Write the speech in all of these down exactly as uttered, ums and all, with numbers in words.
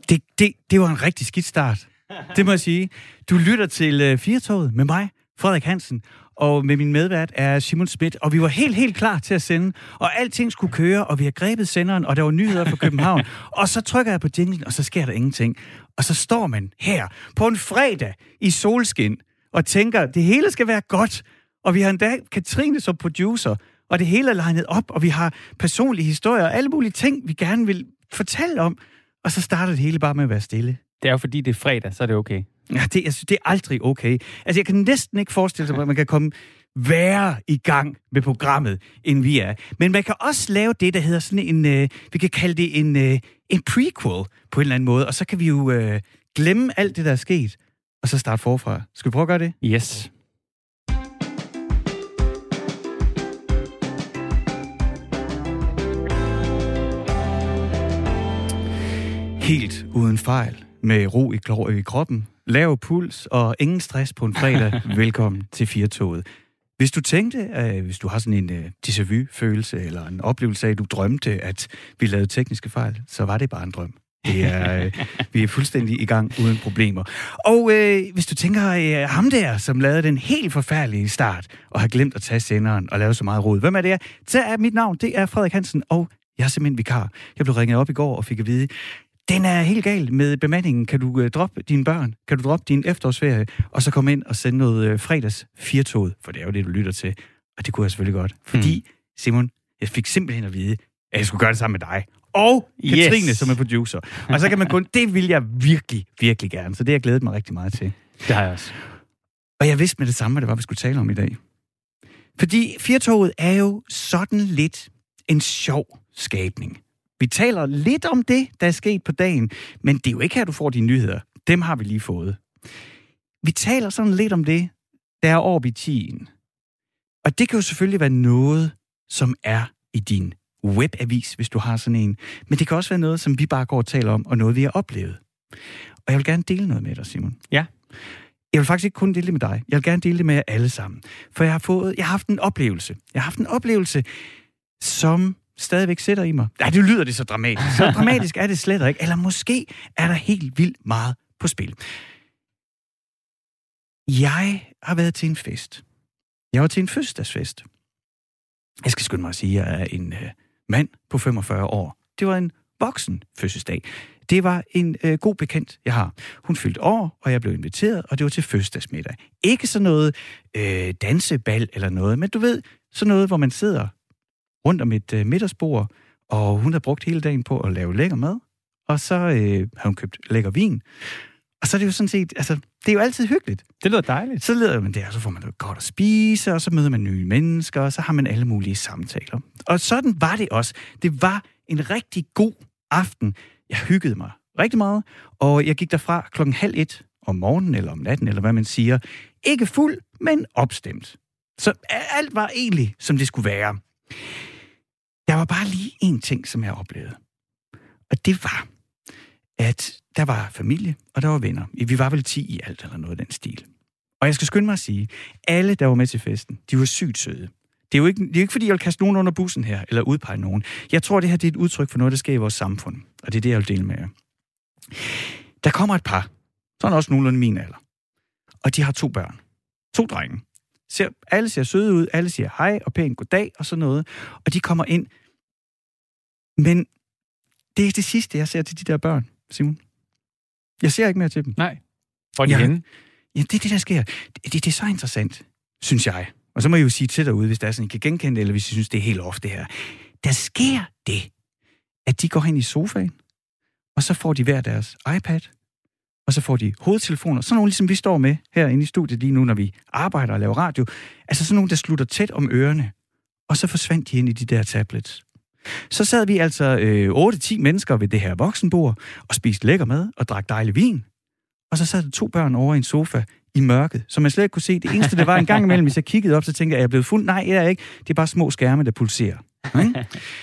Det, det, det var en rigtig skidt start. Det må jeg sige. Du lytter til uh, Firtoget med mig, Frederik Hansen, og med min medvært er Simon Schmidt, og vi var helt, helt klar til at sende, og alting skulle køre, og vi har grebet senderen, og der var nyheder fra København, og så trykker jeg på jinglen, og så sker der ingenting. Og så står man her på en fredag i solskin, og tænker, det hele skal være godt, og vi har endda Katrine som producer, og det hele er legnet op, og vi har personlige historier, og alle mulige ting, vi gerne vil fortælle om, og så starter det hele bare med at være stille. Det er jo fordi, det er fredag, så er det okay. Ja, det, jeg synes, det er aldrig okay. Altså, jeg kan næsten ikke forestille sig, at man kan komme værre i gang med programmet, end vi er. Men man kan også lave det, der hedder sådan en, øh, vi kan kalde det en, øh, en prequel på en eller anden måde, og så kan vi jo øh, glemme alt det, der er sket, og så starte forfra. Skal vi prøve at gøre det? Yes. Helt uden fejl, med ro i, klo- i kroppen, lav puls og ingen stress på en fredag. Velkommen til Firtoget. Hvis du tænkte, øh, hvis du har sådan en øh, déjà vu-følelse eller en oplevelse af, at du drømte, at vi lavede tekniske fejl, så var det bare en drøm. Det er, øh, vi er fuldstændig i gang uden problemer. Og øh, hvis du tænker, øh, ham der, som lavede den helt forfærdelige start, og har glemt at tage senderen og lave så meget rod. Hvem er det? Så er mit navn, det er Frederik Hansen, og jeg er simpelthen vikar. Jeg blev ringet op i går og fik at vide, den er helt gal med bemandingen. Kan du øh, droppe dine børn? Kan du droppe din efterårsferie? Og så komme ind og sende noget øh, fredags Firtoget, for det er jo det, du lytter til. Og det kunne jeg selvfølgelig godt. Fordi, mm. Simon, jeg fik simpelthen at vide, at jeg skulle gøre det sammen med dig. Og Katrine, yes. som er producer. Og så kan man kun, det vil jeg virkelig, virkelig gerne. Så det har jeg glædet mig rigtig meget til. Det har jeg også. Og jeg vidste med det samme, hvad det var, vi skulle tale om i dag. Fordi Firtoget er jo sådan lidt en sjov skabning. Vi taler lidt om det, der er sket på dagen, men det er jo ikke her, du får dine nyheder. Dem har vi lige fået. Vi taler sådan lidt om det, der er over i tiden. Og det kan jo selvfølgelig være noget, som er i din webavis, hvis du har sådan en. Men det kan også være noget, som vi bare går og taler om, og noget, vi har oplevet. Og jeg vil gerne dele noget med dig, Simon. Ja. Jeg vil faktisk ikke kun dele det med dig. Jeg vil gerne dele det med jer alle sammen. For jeg har fået, jeg har haft en oplevelse. Jeg har haft en oplevelse, som stadigvæk sætter i mig. Nej, det lyder det så dramatisk. Så dramatisk er det slet ikke. Eller måske er der helt vildt meget på spil. Jeg har været til en fest. Jeg var til en fødselsdagsfest. Jeg skal skynde mig at sige, at jeg er en øh, mand på femogfyrre år. Det var en voksen fødselsdag. Det var en øh, god bekendt, jeg har. Hun fyldte år, og jeg blev inviteret, og det var til fødselsdagsmiddag. Ikke sådan noget øh, dansebal eller noget, men du ved, sådan noget, hvor man sidder rundt om et øh, middagsbord, og hun har brugt hele dagen på at lave lækker mad, og så øh, har hun købt lækker vin. Og så er det jo sådan set, altså, det er jo altid hyggeligt. Det lyder dejligt. Så lyder man der, og så får man noget godt at spise, og så møder man nye mennesker, og så har man alle mulige samtaler. Og sådan var det også. Det var en rigtig god aften. Jeg hyggede mig rigtig meget, og jeg gik derfra klokken halv et om morgenen, eller om natten, eller hvad man siger. Ikke fuld, men opstemt. Så alt var egentlig, som det skulle være. Der var bare lige én ting, som jeg oplevede. Og det var, at der var familie, og der var venner. Vi var vel ti i alt, eller noget af den stil. Og jeg skal skynde mig at sige, alle, der var med til festen, de var sygt søde. Det er jo ikke, det er ikke fordi, jeg vil kaste nogen under bussen her, eller udpege nogen. Jeg tror, det her det er et udtryk for noget, der sker i vores samfund. Og det er det, jeg vil dele med jer. Der kommer et par, sådan også nogenlunde min alder. Og de har to børn. To drenge. Ser, alle ser søde ud, alle siger hej og pænt goddag og sådan noget. Og de kommer ind. Men det er det sidste, jeg ser til de der børn, Simon. Jeg ser ikke mere til dem. Nej. Hvor er de henne? Ja, det er det, der sker. Det, det, det er så interessant, synes jeg. Og så må I jo sige til derude, hvis der er sådan, I kan genkende det, eller hvis I synes, det er helt off, det her. Der sker det, at de går hen i sofaen, og så får de hver deres iPad, og så får de hovedtelefoner. Sådan nogle, ligesom vi står med herinde i studiet lige nu, når vi arbejder og laver radio. Altså sådan nogle, der slutter tæt om ørerne. Og så forsvandt de ind i de der tablets. Så sad vi altså øh, otte ti mennesker ved det her voksenbord, og spiste lækker mad og drak dejlig vin. Og så sad der to børn over i en sofa i mørket, som jeg slet ikke kunne se. Det eneste, det var en gang imellem, hvis jeg kiggede op, så tænkte jeg, er jeg blevet fuld? Nej, jeg er ikke. Det er bare små skærme, der pulserer. Okay?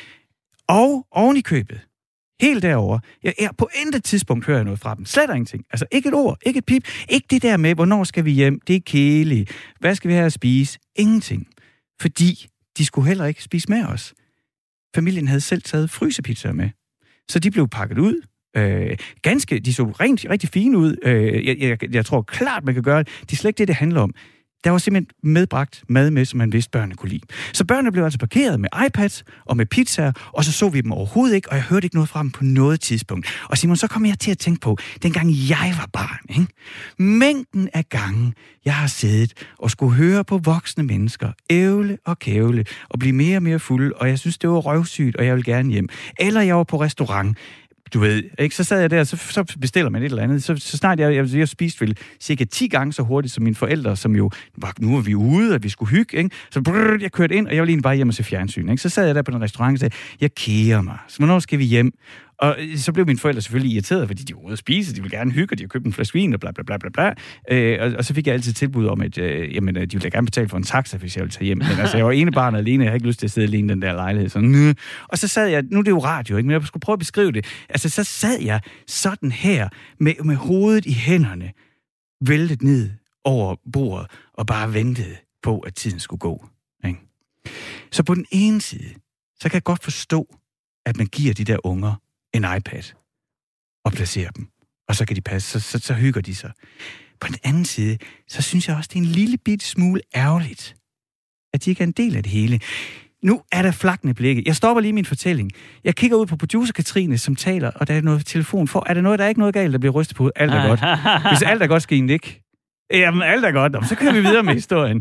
Og oven i købet, helt derovre, jeg, jeg, på intet tidspunkt hører jeg noget fra dem. Slet ingenting. Altså ikke et ord, ikke et pip. Ikke det der med, hvornår skal vi hjem? Det er kedeligt. Hvad skal vi have at spise? Ingenting. Fordi de skulle heller ikke spise med os. Familien havde selv taget frysepizzaer med. Så de blev pakket ud, Øh, ganske, de så rent, rigtig fine ud. Øh, jeg, jeg, jeg tror klart, man kan gøre det. Det er slet ikke det, det handler om. Der var simpelthen medbragt mad med, som man vidste, børnene kunne lide. Så børnene blev altså parkeret med iPads og med pizzaer, og så så vi dem overhovedet ikke, og jeg hørte ikke noget fra dem på noget tidspunkt. Og Simon, så kom jeg til at tænke på, dengang jeg var barn, ikke? Mængden af gange, jeg har siddet og skulle høre på voksne mennesker, ævle og kævle, og blive mere og mere fuld, og jeg synes, det var røvsygt, og jeg vil gerne hjem. Eller jeg var på restaurant. Du ved, ikke? Så sad jeg der, så, så bestiller man et eller andet. Så, så snart jeg, jeg, jeg spiste vel cirka ti gange så hurtigt som mine forældre, som jo var, nu var vi ude, og vi skulle hygge, ikke? Så brrr, jeg kørte ind, og jeg ville egentlig bare hjem og se fjernsyn, ikke? Så sad jeg der på den restaurant og sagde, jeg keder mig. Så hvornår skal vi hjem? Og så blev mine forældre selvfølgelig irriteret, fordi de var ude at spise, de ville gerne hygge, og de havde købt en flaske vin, og bla bla bla bla bla. Øh, og, og så fik jeg altid tilbud om, at øh, jamen, de ville gerne betale for en taxa, hvis jeg ville tage hjem. Men altså, jeg var ene barn alene, jeg havde ikke lyst til at sidde alene i den der lejlighed. Så, nø. Og så sad jeg, nu er det jo radio, ikke? Men jeg skulle prøve at beskrive det. Altså, så sad jeg sådan her, med, med hovedet i hænderne, væltet ned over bordet, og bare ventede på, at tiden skulle gå. Ikke? Så på den ene side, så kan jeg godt forstå, at man giver de der unger en iPad og placerer dem. Og så kan de passe, så, så, så hygger de sig. På den anden side, så synes jeg også, det er en lille bit smule ærgerligt, at de ikke er en del af det hele. Nu er der flakkende blikke. Jeg stopper lige min fortælling. Jeg kigger ud på producer Katrine, som taler, og der er noget telefon for. Er der noget, der er ikke noget galt, der bliver rystet på? Alt er godt. Hvis alt er godt, skal I nikke. Jamen, alt er godt. Så kører vi videre med historien.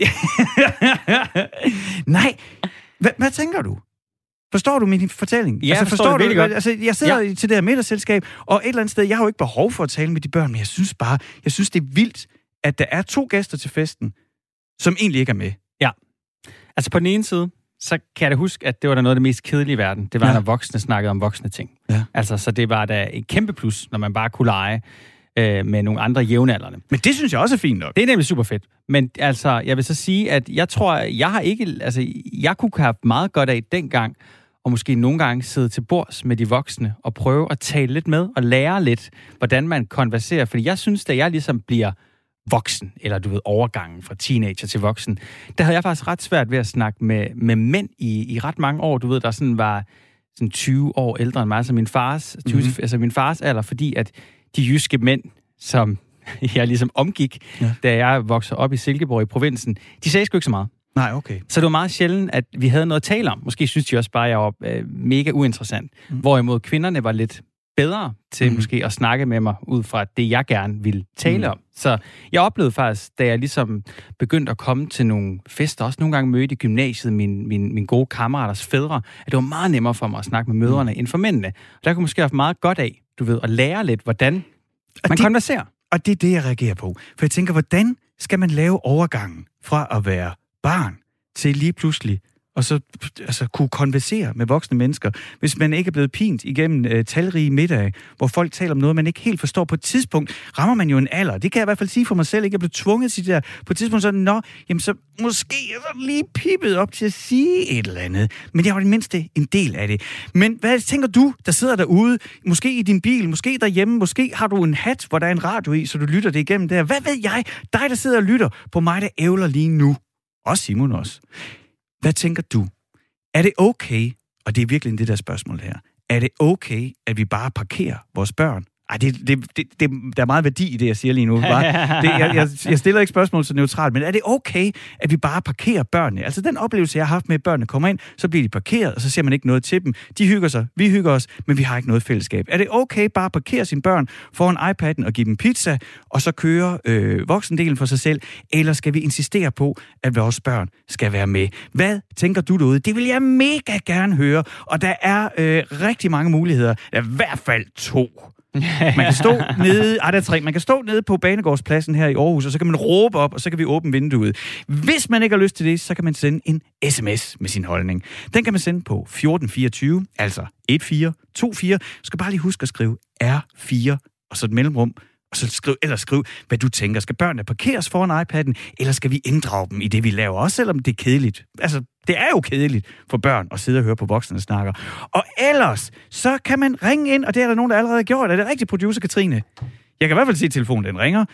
Nej. Hvad, hvad tænker du? Forstår du min fortælling? Ja, altså, forstår, forstår du? Godt. Altså, jeg sidder ja. til det her middagsselskab, og et eller andet sted, jeg har jo ikke behov for at tale med de børn, men jeg synes bare, jeg synes, det er vildt, at der er to gæster til festen, som egentlig ikke er med. Ja. Altså på den ene side, så kan jeg da huske, at det var da noget af det mest kedelige i verden. Det var, ja. når voksne snakkede om voksne ting. Ja. Altså, så det var da et kæmpe plus, når man bare kunne lege øh, med nogle andre jævnaldrende. Men det synes jeg også er fint nok. Det er nemlig super fedt. Men altså, jeg vil så sige, at jeg tror, jeg har ikke, altså, jeg kunne have meget godt af dengang, og måske nogle gange sidde til bords med de voksne og prøve at tale lidt med og lære lidt, hvordan man konverserer. Fordi jeg synes, at jeg ligesom bliver voksen, eller du ved, overgangen fra teenager til voksen, der havde jeg faktisk ret svært ved at snakke med, med mænd i, i ret mange år. Du ved, der sådan var sådan tyve år ældre end mig, altså min fars, tyve, mm-hmm. altså min fars alder, fordi at de jyske mænd, som jeg ligesom omgik, ja. da jeg voksede op i Silkeborg i provinsen, de sagde sgu ikke så meget. Nej, okay. Så det var meget sjældent, at vi havde noget at tale om. Måske synes de også bare, at jeg var øh, mega uinteressant. Mm. Hvorimod kvinderne var lidt bedre til mm. måske at snakke med mig ud fra det, jeg gerne ville tale mm. om. Så jeg oplevede faktisk, da jeg ligesom begyndte at komme til nogle fester, også nogle gange mødte i gymnasiet mine, mine, mine gode kammeraters fædre, at det var meget nemmere for mig at snakke med mødrene mm. end for mændene. Og der kunne måske have meget godt af, du ved, at lære lidt, hvordan man det, konverserer. Og det er det, jeg reagerer på. For jeg tænker, hvordan skal man lave overgangen fra at være barn til lige pludselig og så altså, kunne konversere med voksne mennesker, hvis man ikke er blevet pint igennem øh, talrige middage, hvor folk taler om noget, man ikke helt forstår. På et tidspunkt rammer man jo en alder. Det kan jeg i hvert fald sige for mig selv. Ikke? Jeg blev tvunget til det der. På et tidspunkt sådan, nå, jamen så måske er så lige pippet op til at sige et eller andet. Men jeg var det mindste en del af det. Men hvad tænker du, der sidder derude, måske i din bil, måske derhjemme, måske har du en hat, hvor der er en radio i, så du lytter det igennem der. Hvad ved jeg? Dig, der sidder og lytter på mig, der ævler lige nu. Og Simon også. Hvad tænker du? Er det okay, og det er virkelig det der spørgsmål her, er det okay, at vi bare parkerer vores børn? Ej, det, det, det, det, der er meget værdi i det, jeg siger lige nu. Bare, det, jeg, jeg, jeg stiller ikke spørgsmål så neutralt, men er det okay, at vi bare parkerer børnene? Altså den oplevelse, jeg har haft med, at børnene kommer ind, så bliver de parkeret, og så ser man ikke noget til dem. De hygger sig, vi hygger os, men vi har ikke noget fællesskab. Er det okay bare at parkere sine børn foran iPad'en og give dem pizza, og så køre øh, voksendelen for sig selv? Eller skal vi insistere på, at vores børn skal være med? Hvad tænker du derude? Det vil jeg mega gerne høre, og der er øh, rigtig mange muligheder. Der er i hvert fald to. Man kan stå nede, ah, der er tre. Man kan stå nede på Banegårdspladsen her i Aarhus, og så kan man råbe op, og så kan vi åbne vinduet. Hvis man ikke har lyst til det, så kan man sende en sms med sin holdning. Den kan man sende på fjorten fireogtyve, altså et fire to fire. Du skal bare lige huske at skrive R fire, og så et mellemrum, og så skriv, eller skriv, hvad du tænker. Skal børnene parkeres foran iPad'en, eller skal vi inddrage dem i det, vi laver? Også selvom det er kedeligt. Altså, det er jo kedeligt for børn at sidde og høre på voksne snakker. Og ellers, så kan man ringe ind, og det er der nogen, der allerede har gjort. Er det rigtigt, producer Katrine? Jeg kan i hvert fald se, at telefonen den ringer.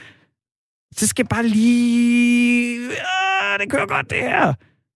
Så skal jeg bare lige... Ah, det kører godt, det her.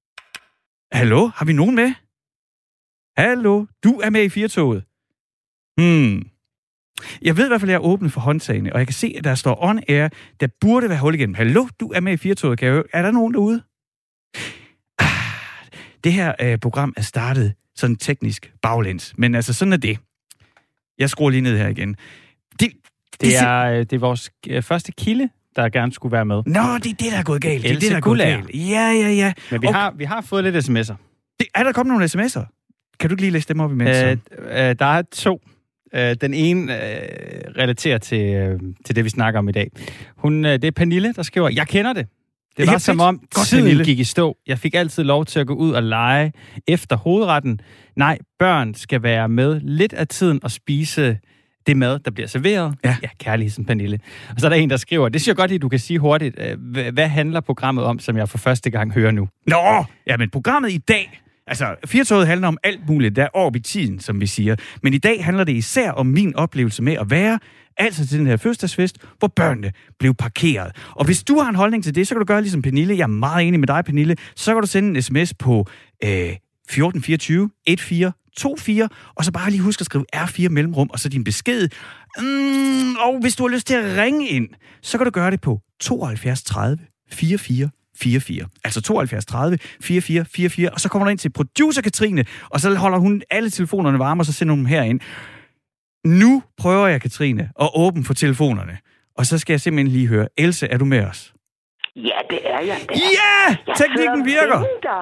Hallo? Har vi nogen med? Hallo? Du er med i Firtoget. Hmm... Jeg ved i hvert fald, at jeg er åbnet for håndtagene, og jeg kan se, at der står on air. Der burde være hul igennem. Hallo, du er med i Firtoget. Kan jeg... Er der nogen derude? Ah, det her øh, program er startet sådan teknisk baglæns, men altså sådan er det. Jeg skruer lige ned her igen. Det, det, det, er, øh, det er vores øh, første kilde, der gerne skulle være med. Nå, det er det, der er gået galt. Det er det, der er gået galt. Ja, ja, ja. Men vi, okay. har, vi har fået lidt sms'er. Det, er der kommet nogle sms'er? Kan du ikke lige læse dem op imens? Øh, øh, der er to. Øh, den ene øh, relaterer til, øh, til det, vi snakker om i dag. Hun, øh, det er Pernille, der skriver, jeg kender det. Det var ja, som om godt, tiden Pernille. Gik i stå. Jeg fik altid lov til at gå ud og lege efter hovedretten. Nej, børn skal være med lidt af tiden og spise det mad, der bliver serveret. Ja, ja kærligheden, Pernille. Og så er der en, der skriver, det siger godt, at du kan sige hurtigt, hvad handler programmet om, som jeg for første gang hører nu? Nå, ja, men programmet i dag, altså Firtoget handler om alt muligt, der er over i tiden, som vi siger. Men i dag handler det især om min oplevelse med at være, altså til den her fødselsdagsfest, hvor børnene blev parkeret. Og hvis du har en holdning til det, så kan du gøre ligesom Pernille. Jeg er meget enig med dig, Pernille. Så kan du sende en sms på øh, fjorten fireogtyve fjorten toogtyve, og så bare lige husk at skrive R fire mellemrum, og så din besked. Mm, og hvis du har lyst til at ringe ind, så kan du gøre det på tooghalvfjerds tredive fireogfyrre fireogfyrre. Altså tooghalvfjerds tredive fireogfyrre fireogfyrre, og så kommer du ind til producer Katrine, og så holder hun alle telefonerne varme, og så sender hun dem herind. Nu prøver jeg, Katrine, at åbne for telefonerne, og så skal jeg simpelthen lige høre. Else, er du med os? Ja, det er jeg. Det er. Ja! Yeah! Teknikken virker!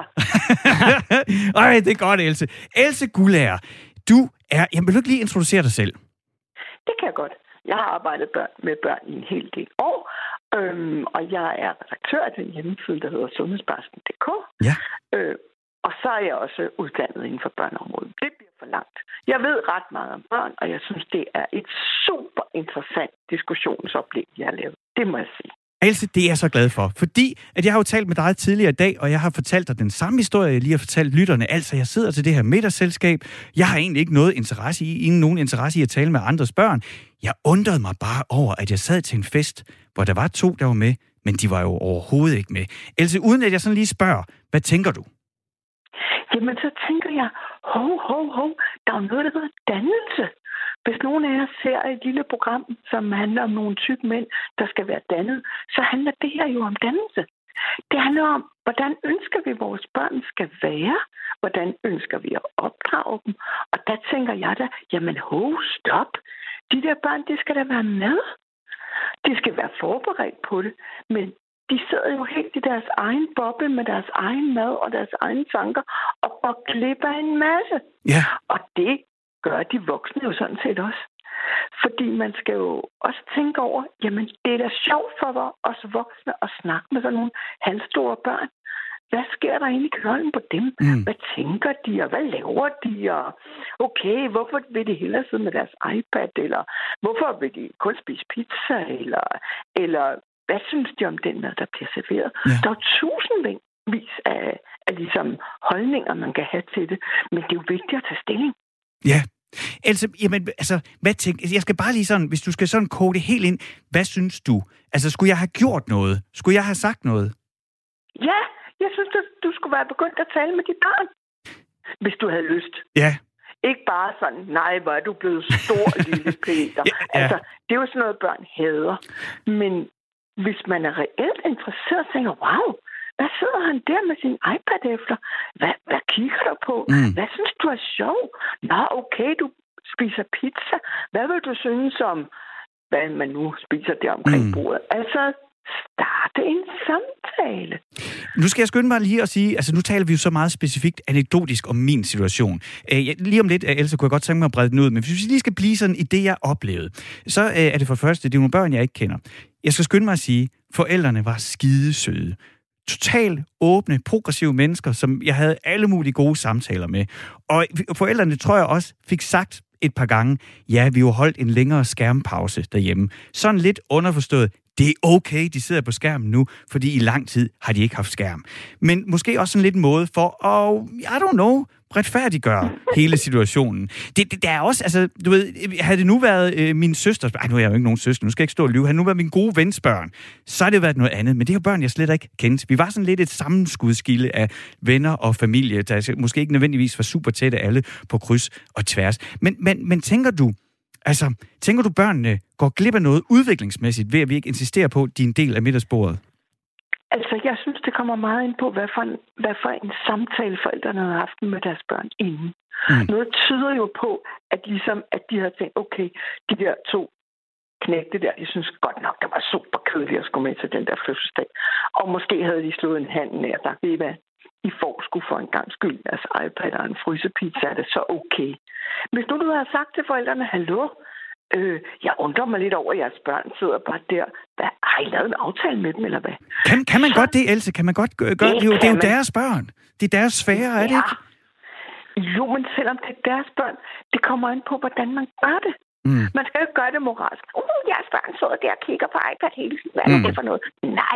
Ej, det er godt, Else. Else Guldager, du er... Jeg vil du ikke lige introducere dig selv? Det kan jeg godt. Jeg har arbejdet børn, med børn i en hel del år, øhm, og jeg er redaktør af den hjemmeside, der hedder sundhedsbarsken punktum d k. Ja. Øh, og så er jeg også uddannet inden for børneområdet. Det bliver for langt. Jeg ved ret meget om børn, og jeg synes, det er et super interessant diskussionsoplæg, jeg har lavet. Det må jeg sige. Else, det er jeg så glad for, fordi at jeg har jo talt med dig tidligere i dag, og jeg har fortalt dig den samme historie, jeg lige har fortalt lytterne. Altså, jeg sidder til det her middagsselskab. Jeg har egentlig ikke noget interesse i, ingen nogen interesse i at tale med andres børn. Jeg undrede mig bare over, at jeg sad til en fest, hvor der var to, der var med, men de var jo overhovedet ikke med. Else, uden at jeg sådan lige spørger, hvad tænker du? Jamen, så tænker jeg, hov, hov, hov, der er noget, der hedder dannelse. Hvis nogen af jer ser et lille program, som handler om nogle tykke mænd, der skal være dannet, så handler det her jo om dannelse. Det handler om, hvordan ønsker vi, at vores børn skal være? Hvordan ønsker vi at opdrage dem? Og der tænker jeg da, jamen hov, stop. De der børn, de skal da være med. De skal være forberedt på det, men de sidder jo helt i deres egen boble med deres egen mad og deres egne tanker og går glip af en masse. Ja. Og det gør de voksne jo sådan set også. Fordi man skal jo også tænke over, jamen det er da sjovt for os voksne at snakke med sådan nogle halvstore børn. Hvad sker der inde i knolden på dem? Mm. Hvad tænker de, og hvad laver de? Og okay, hvorfor vil de hellere sidde med deres iPad? Eller hvorfor vil de kun spise pizza? Eller, eller hvad synes de om den mad, der bliver serveret? Ja. Der er jo tusindvis af, af ligesom holdninger, man kan have til det. Men det er jo vigtigt at tage stilling. Ja. Altså, jamen, altså, hvad tænk, jeg skal bare lige sådan, hvis du skal sådan koge det helt ind, hvad synes du? Altså, skulle jeg have gjort noget? Skulle jeg have sagt noget? Ja, jeg synes, du, du skulle være begyndt at tale med dit barn, hvis du havde lyst. Ja. Ikke bare sådan, nej, hvor er du blevet stor, lille Peter. Ja, ja. Altså, det er jo sådan noget, børn hader. Men hvis man er reelt interesseret, tænker, wow, hvad sidder han der med sin iPad efter? Hvad, hvad kigger du på? Mm. Hvad synes du er sjov? Nå, okay, du spiser pizza. Hvad vil du synes om, hvad man nu spiser der omkring mm. bordet? Altså, starte en samtale. Nu skal jeg skynde mig lige at sige, altså nu taler vi jo så meget specifikt anekdotisk om min situation. Øh, lige om lidt, Else, kunne jeg godt tænke mig at brede den ud, men hvis vi lige skal blive sådan i det, jeg oplevede, så øh, er det for det første, det er nogle børn, jeg ikke kender. Jeg skal skynde mig at sige, forældrene var skidesøde. Totalt åbne, progressive mennesker, som jeg havde alle mulige gode samtaler med. Og forældrene, tror jeg også, fik sagt et par gange, ja, vi har holdt en længere skærmpause derhjemme. Sådan lidt underforstået, det er okay, de sidder på skærmen nu, fordi i lang tid har de ikke haft skærm. Men måske også sådan lidt en måde for at, I don't know, retfærdiggøre hele situationen. Det, det der er også, altså, du ved, havde det nu været øh, min søsters børn, nu er jeg jo ikke nogen søster, nu skal jeg ikke stå og lyve, havde det nu været min gode vens børn, så har det været noget andet, men det er jo børn, jeg slet ikke kendte. Vi var sådan lidt et sammenskudskilde af venner og familie, der måske ikke nødvendigvis var super tætte alle på kryds og tværs. Men, men, men tænker du, Altså, tænker du, børnene går glip af noget udviklingsmæssigt ved, at vi ikke insisterer på, at de er en del af middagsbordet? Altså, jeg synes, det kommer meget ind på, hvad for en, hvad for en samtale forældrene har haft med deres børn inden. Mm. Noget tyder jo på, at ligesom, at de har tænkt, okay, de der to knægte der, de synes godt nok, det var super kedeligt at skulle med til den der fødselsdag. Og måske havde de slået en hand nær, der ved hvad, I får skulle for en gang skyld, altså iPad og en frysepizza, er det så okay. Hvis nu du havde sagt til forældrene, hallo, øh, jeg undrer mig lidt over, at jeres børn sidder bare der. Hvad, har I lavet en aftale med dem, eller hvad? Kan, kan man så, godt det, Else? Kan man godt gøre det? Det, det er jo man. Deres børn. Det er deres sfære, ja. Er det ikke? Jo, men selvom det er deres børn, det kommer an på, hvordan man gør det. Mm. Man skal jo ikke gøre det moralsk. Uh, jeres børn sidder der og kigger på iPad hele tiden. Hvad er mm. det for noget? Nej.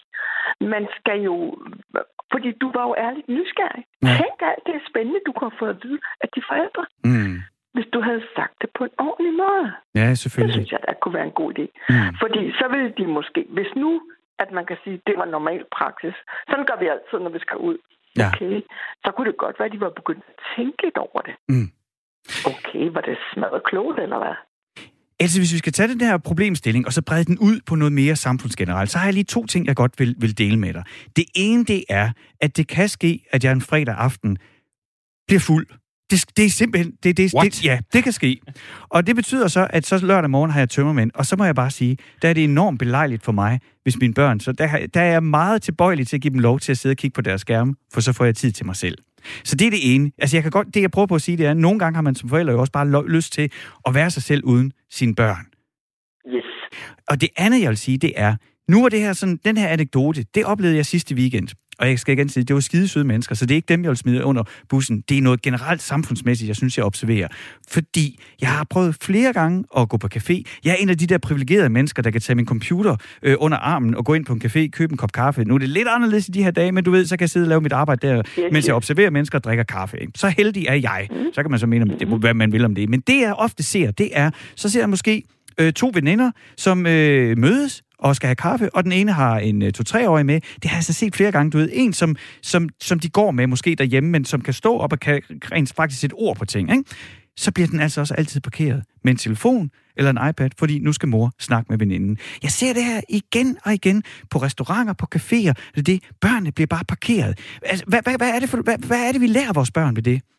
Man skal jo... Fordi du var jo ærligt nysgerrig. Ja. Tænk alt det er spændende, du kan få at vide af de forældre. Mm. Hvis du havde sagt det på en ordentlig måde. Ja, selvfølgelig. Det synes jeg, det kunne være en god idé. Mm. Fordi så ville de måske... Hvis nu, at man kan sige, at det var normal praksis. Sådan gør vi altid, når vi skal ud. Ja. Okay. Så kunne det godt være, at de var begyndt at tænke lidt over det. Mm. Okay, var det smadret klogt, eller hvad? Altså, hvis vi skal tage den her problemstilling, og så brede den ud på noget mere samfundsgenerelt, så har jeg lige to ting, jeg godt vil, vil dele med dig. Det ene, det er, at det kan ske, at jeg en fredag aften bliver fuld. Det, det er simpelthen... Det, det, det, ja, det kan ske. Og det betyder så, at så lørdag morgen har jeg tømmermænd, og så må jeg bare sige, der er det enormt belejligt for mig, hvis mine børn... Så der, der er jeg meget tilbøjelig til at give dem lov til at sidde og kigge på deres skærme, for så får jeg tid til mig selv. Så det er det ene. Altså, jeg kan godt, det jeg prøver på at sige, det er, at nogle gange har man som forældre jo også bare lyst til at være sig selv uden sine børn. Yes. Og det andet, jeg vil sige, det er, nu er det her sådan, den her anekdote, det oplevede jeg sidste weekend. Og jeg skal igen sige, det var skidesøde mennesker, så det er ikke dem, jeg vil smide under bussen. Det er noget generelt samfundsmæssigt, jeg synes, jeg observerer. Fordi jeg har prøvet flere gange at gå på café. Jeg er en af de der privilegerede mennesker, der kan tage min computer øh, under armen og gå ind på en café, købe en kop kaffe. Nu er det lidt anderledes i de her dage, men du ved, så kan jeg sidde og lave mit arbejde der, mens jeg observerer mennesker og drikker kaffe. Ikke? Så heldig er jeg. Så kan man så mene, om det, hvad man vil om det. Men det, jeg ofte ser, det er, så ser jeg måske øh, to veninder, som øh, mødes og skal have kaffe, og den ene har en uh, to-tre-årig med. Det har jeg så set flere gange, du ved. En, som, som, som de går med måske derhjemme, men som kan stå op og kan rent faktisk et ord på ting, ikke? Så bliver den altså også altid parkeret med en telefon eller en iPad, fordi nu skal mor snakke med veninden. Jeg ser det her igen og igen på restauranter, på caféer. Det er det, børnene bliver bare parkeret. Altså, hvad, hvad, hvad, er det for, hvad, hvad er det, vi lærer vores børn ved det?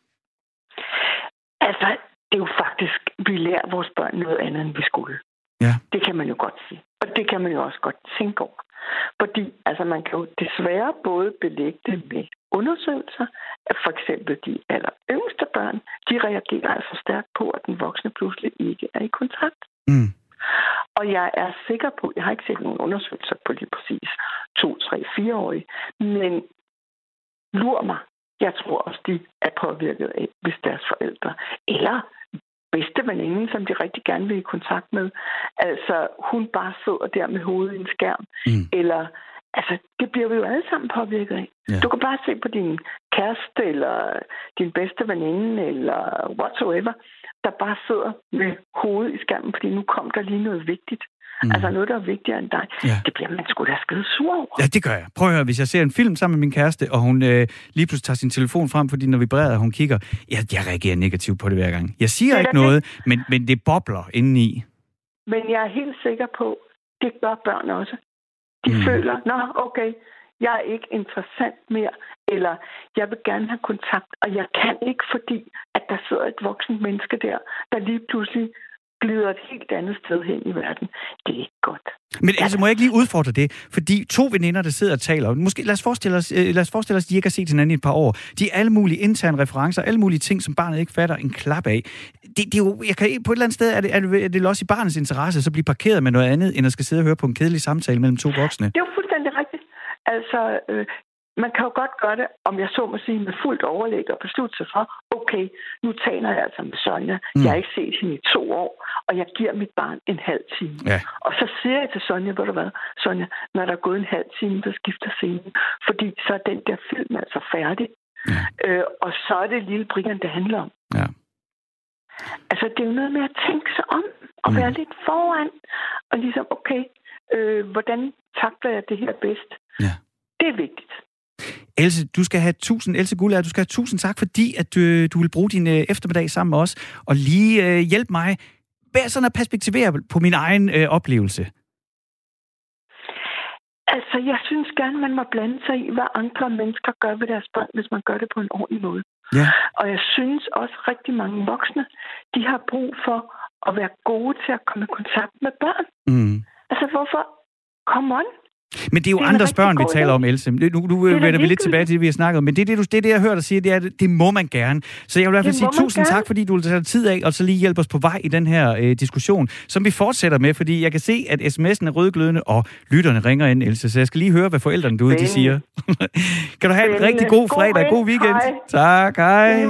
Altså, det er jo faktisk, vi lærer vores børn noget andet, end vi skulle. Ja. Det kan man jo godt sige. Og det kan man jo også godt tænke over. Fordi altså, man kan jo desværre både belægge det med undersøgelser, at for eksempel de aller yngste børn, de reagerer altså stærkt på, at den voksne pludselig ikke er i kontakt. Mm. Og jeg er sikker på, jeg har ikke set nogen undersøgelser på lige præcis to, tre, fire-årige, men lur mig, jeg tror også, de er påvirket af, hvis deres forældre eller bedste veninde, som de rigtig gerne vil i kontakt med. Altså, hun bare sidder der med hovedet i en skærm. Mm. Eller, altså, det bliver vi jo alle sammen påvirket af. Ja. Du kan bare se på din kæreste, eller din bedste veninde, eller whatsoever, der bare sidder med hovedet i skærmen, fordi nu kom der lige noget vigtigt. Mm. Altså noget, der er vigtigere end dig. Ja. Det bliver man sgu da skide sur over. Ja, det gør jeg. Prøv at høre, hvis jeg ser en film sammen med min kæreste, og hun øh, lige pludselig tager sin telefon frem, fordi når vi vibreret, hun kigger, ja, jeg reagerer negativt på det hver gang. Jeg siger ikke noget, det. Men, men det bobler indeni. Men jeg er helt sikker på, det gør børn også. De mm. føler, nå, okay, jeg er ikke interessant mere, eller jeg vil gerne have kontakt, og jeg kan ikke, fordi at der sidder et voksen menneske der, der lige pludselig glider et helt andet sted hen i verden. Det er ikke godt. Men altså, må jeg ikke lige udfordre det? Fordi to veninder, der sidder og taler, måske lad os forestille os, lad os forestille os, de ikke har set hinanden i et par år. De er alle mulige interne referencer, alle mulige ting, som barnet ikke fatter en klap af. Det, det er jo, jeg kan, på et eller andet sted er det, er det, er det også i barnets interesse, så blive parkeret med noget andet, end at skal sidde og høre på en kedelig samtale mellem to voksne. Det er jo fuldstændig rigtigt. Altså, øh, man kan jo godt gøre det, om jeg så må sige, med fuldt overlæg og beslutte sig for, okay, nu taler jeg altså med Sonja. Mm. Jeg har ikke set hende i to år, og jeg giver mit barn en halv time. Ja. Og så siger jeg til Sonja, ved du hvad, Sonja, når der er gået en halv time, så skifter scenen. Fordi så er den der film altså færdig. Ja. Øh, og så er det lille Brian, det handler om. Ja. Altså, det er jo noget med at tænke sig om, og mm. være lidt foran, og ligesom, okay, øh, hvordan takler jeg det her bedst? Ja. Det er vigtigt. Else, du skal have tusind, Else Guldager, du skal have tusind tak, fordi at du, du vil bruge din øh, eftermiddag sammen med os, og lige øh, hjælpe mig være sådan at perspektivere på min egen øh, oplevelse? Altså, jeg synes gerne, man må blande sig i, hvad andre mennesker gør ved deres børn, hvis man gør det på en ordentlig måde. Ja. Og jeg synes også, rigtig mange voksne, de har brug for at være gode til at komme i kontakt med børn. Mm. Altså, hvorfor? Come on. Men det er jo det er andres børn, vi taler om, Else. Nu, nu vender vi lidt tilbage til det, vi har snakket om. Men det er det, du, det, er det jeg hører dig sige, det er, det må man gerne. Så jeg vil i hvert fald sige tusind gerne. Tak, fordi du vil tage tid af, og så lige hjælpe os på vej i den her øh, diskussion, som vi fortsætter med, fordi jeg kan se, at sms'en er rødglødende, og lytterne ringer ind, Else. Så jeg skal lige høre, hvad forældrene derude, de siger. Kan du have en rigtig god fredag, god weekend. Hej. Tak, hej.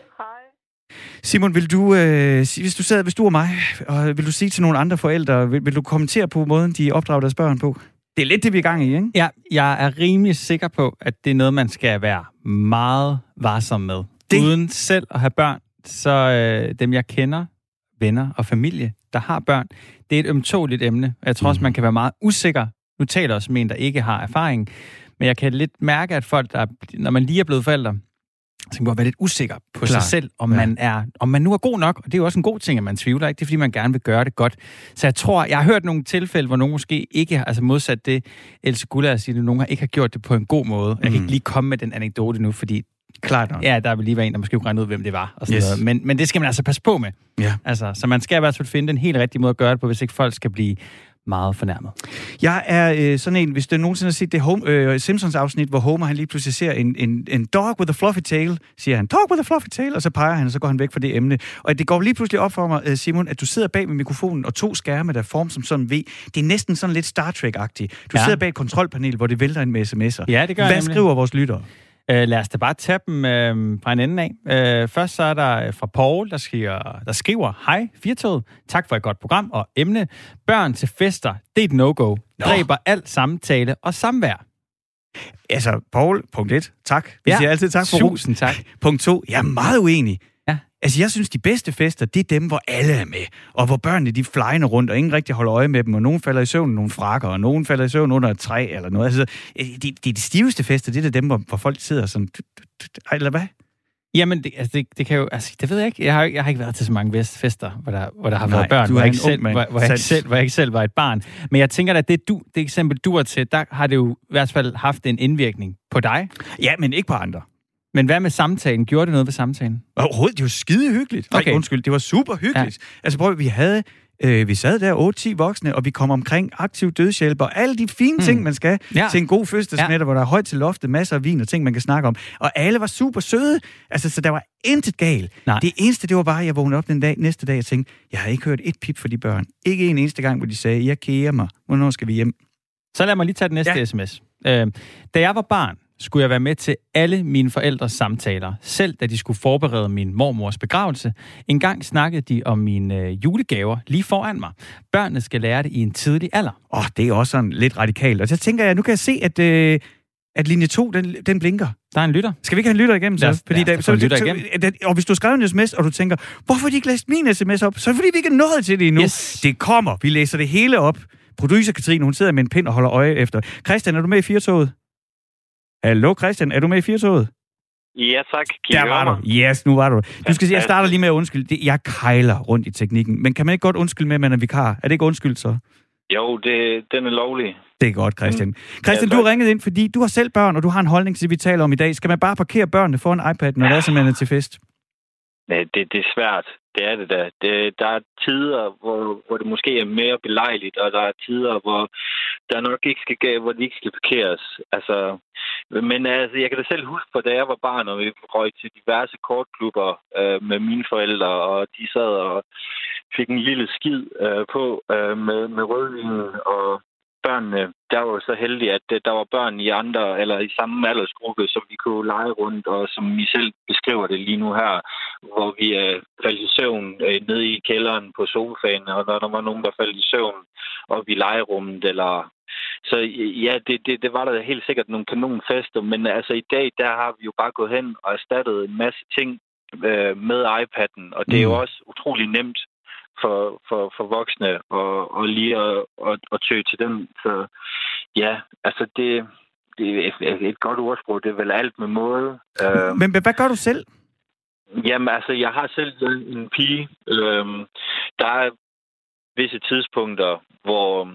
Simon, vil du, øh, hvis du sad, hvis du var mig, og vil du sige til nogle andre forældre, vil, vil du kommentere på måden, de opdrager deres børn på? Det er lidt det, vi er i gang i, ikke? Ja, jeg er rimelig sikker på, at det er noget, man skal være meget varsom med. Det... Uden selv at have børn, så øh, dem, jeg kender, venner og familie, der har børn, det er et ømtåligt emne. Jeg tror også, man kan være meget usikker. Nu taler jeg også med en, der ikke har erfaring. Men jeg kan lidt mærke, at folk, der, når man lige er blevet forældre, så kan man være lidt usikker på Klar. sig selv, om, ja. man er, om man nu er god nok. Og det er jo også en god ting, at man tvivler, ikke? Det er, fordi man gerne vil gøre det godt. Så jeg tror, jeg har hørt nogle tilfælde, hvor nogen måske ikke, altså modsat det, Else Gullager siger, at nogen ikke har gjort det på en god måde. Jeg kan ikke lige komme med den anekdote nu, fordi Klart nok. Ja, der vil lige være en, der måske kunne regne ud, hvem det var. Og sådan yes. noget. Men, men det skal man altså passe på med. Ja. Altså, så man skal i hvert fald finde den helt rigtige måde at gøre det på, hvis ikke folk skal blive meget fornærmet. Jeg er øh, sådan en, hvis du nogensinde har set det Home, øh, Simpsons-afsnit, hvor Homer han lige pludselig ser en, en, en dog with a fluffy tail, siger han, dog with a fluffy tail, og så peger han, og så går han væk fra det emne. Og det går lige pludselig op for mig, Simon, at du sidder bag med mikrofonen og to skærme, der form som sådan en V. Det er næsten sådan lidt Star Trek-agtigt. Du ja. sidder bag et kontrolpanel, hvor det vælter ind med sms'er. Ja, det gør Hvad jeg skriver vores lyttere? Uh, lad os da bare tage dem uh, fra en ende af. Uh, først så er der fra Paul, der skriver, der skriver hej, Firtoget. Tak for et godt program og emne. Børn til fester, det er et no-go. Dræber alt samtale og samvær. Altså, Paul, punkt et, tak. Vi ja, siger altid tak for tusind tak. Punkt to, jeg er meget uenig. Ja. Altså, jeg synes, de bedste fester, det er dem, hvor alle er med. Og hvor børnene, de flyner rundt, og ingen rigtig holder øje med dem. Og nogen falder i søvn, nogle frakker, og nogen falder i søvn under et træ, eller noget. Altså, de, de, de stiveste fester, det er dem, hvor, hvor folk sidder sådan... Eller hvad? Jamen, det, altså, det, det kan jo... Altså, det ved jeg ikke. Jeg har, jeg har ikke været til så mange fester, hvor der, hvor der har Nej, været børn, hvor jeg, ikke selv, hvor, hvor, jeg ikke selv, hvor jeg ikke selv var et barn. Men jeg tænker, at det, du, det eksempel, du er til, der har det jo i hvert fald haft en indvirkning på dig. Ja, men ikke på andre. Men hvad med samtalen? Gjorde det noget ved samtalen? Overhovedet, det var skide hyggeligt. Okay. Nej, undskyld, det var super hyggeligt. Ja. Altså prøv, vi havde... Øh, vi sad der otte ti voksne, og vi kom omkring aktiv dødshjælp og alle de fine mm. ting, man skal ja. til en god fødselsdagsmiddag, ja. hvor der er højt til loftet, masser af vin og ting, man kan snakke om. Og alle var super søde. Altså, så der var intet galt. Nej. Det eneste, det var bare, at jeg vågnede op den dag, næste dag og tænkte, jeg har ikke hørt et pip for de børn. Ikke en eneste gang, hvor de sagde, jeg kærer mig. Hvornår skal vi hjem? Så lad mig lige tage den næste ja. sms. Øh, da jeg var barn, skulle jeg være med til alle mine forældres samtaler, selv da de skulle forberede min mormors begravelse. En gang snakkede de om mine øh, julegaver lige foran mig. Børnene skal lære det i en tidlig alder. Åh, oh, det er også sådan lidt radikalt. Og så tænker jeg, nu kan jeg se, at, øh, at linje to, den, den blinker. Der er en lytter. Skal vi ikke have en lytter igennem så? Ja, fordi ja, der, så, lytter så, igennem. Og hvis du har skrevet en sms, og du tænker, hvorfor har de ikke læst min sms op? Så er det fordi, vi ikke er nået til det endnu. Yes. Det kommer. Vi læser det hele op. Producer Katrine, hun sidder med en pind og holder øje efter. Christian, er du med i Firtoget? Hallo Christian, er du med i Firtoget? Ja, tak. Kan Der var du. Yes, nu var du. Du skal sige, jeg starter lige med at undskylde. Jeg kejler rundt i teknikken. Men kan man ikke godt undskylde med, at man er vikar? Er det ikke undskyld så? Jo, det, den er lovlig. Det er godt, Christian. Mm. Christian, ja, du har ringet ind, fordi du har selv børn, og du har en holdning til det, vi taler om i dag. Skal man bare parkere børnene foran iPad, når ja. det er simpelthen til fest? Ja, det, det er svært. Det er det da. Det, der er tider, hvor, hvor det måske er mere belejligt, og der er tider, hvor der nok ikke skal, hvor de ikke skal parkeres. Altså, men altså, jeg kan da selv huske, for da jeg var barn, og vi røg til diverse kortklubber øh, med mine forældre, og de sad og fik en lille skid øh, på øh, med, med rødvin, og børnene, der var jo så heldige, at der var børn i andre, eller i samme aldersgruppe, som vi kunne lege rundt, og som I selv beskriver det lige nu her, hvor vi er faldt i søvn øh, nede i kælderen på sofaen, og når der var nogen, der faldt i søvn op i legerummet, eller... Så ja, det, det, det var der helt sikkert nogle kanonfester, men altså i dag, der har vi jo bare gået hen og erstattet en masse ting øh, med iPad'en, og det er jo også utrolig nemt for, for, for voksne og, og lige at, at, at tøge til dem. Så ja, altså det, det er et, et godt ordsprog. Det er vel alt med måde. Men, men hvad gør du selv? Jamen altså, jeg har selv en pige. Øhm, der er visse tidspunkter, hvor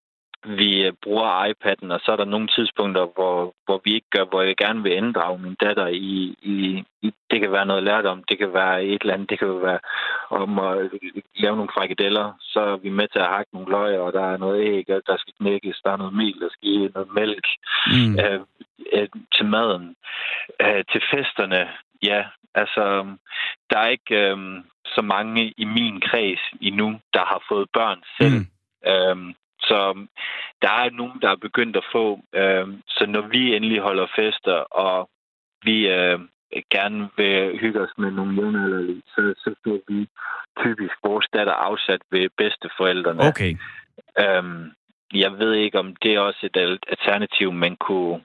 vi bruger iPad'en, og så er der nogle tidspunkter, hvor, hvor vi ikke gør, hvor jeg gerne vil inddrage min datter i, i, i det kan være noget lærdom, det kan være et eller andet, det kan være om at lave nogle frikadeller, så er vi med til at hakke nogle løg, og der er noget æg, der skal knækkes, der er noget mel, der skal i, noget mælk mm. øh, øh, til maden. Øh, til festerne, ja, altså, der er ikke øh, så mange i min kreds endnu, der har fået børn selv. Mm. Øh, Så der er nogen, der er begyndt at få. Øh, så når vi endelig holder fester, og vi øh, gerne vil hygge os med nogle jævnaldrende, så, så får vi typisk vores datter afsat ved bedsteforældrene. Okay. Øh, jeg ved ikke, om det er også et alternativ, man kunne...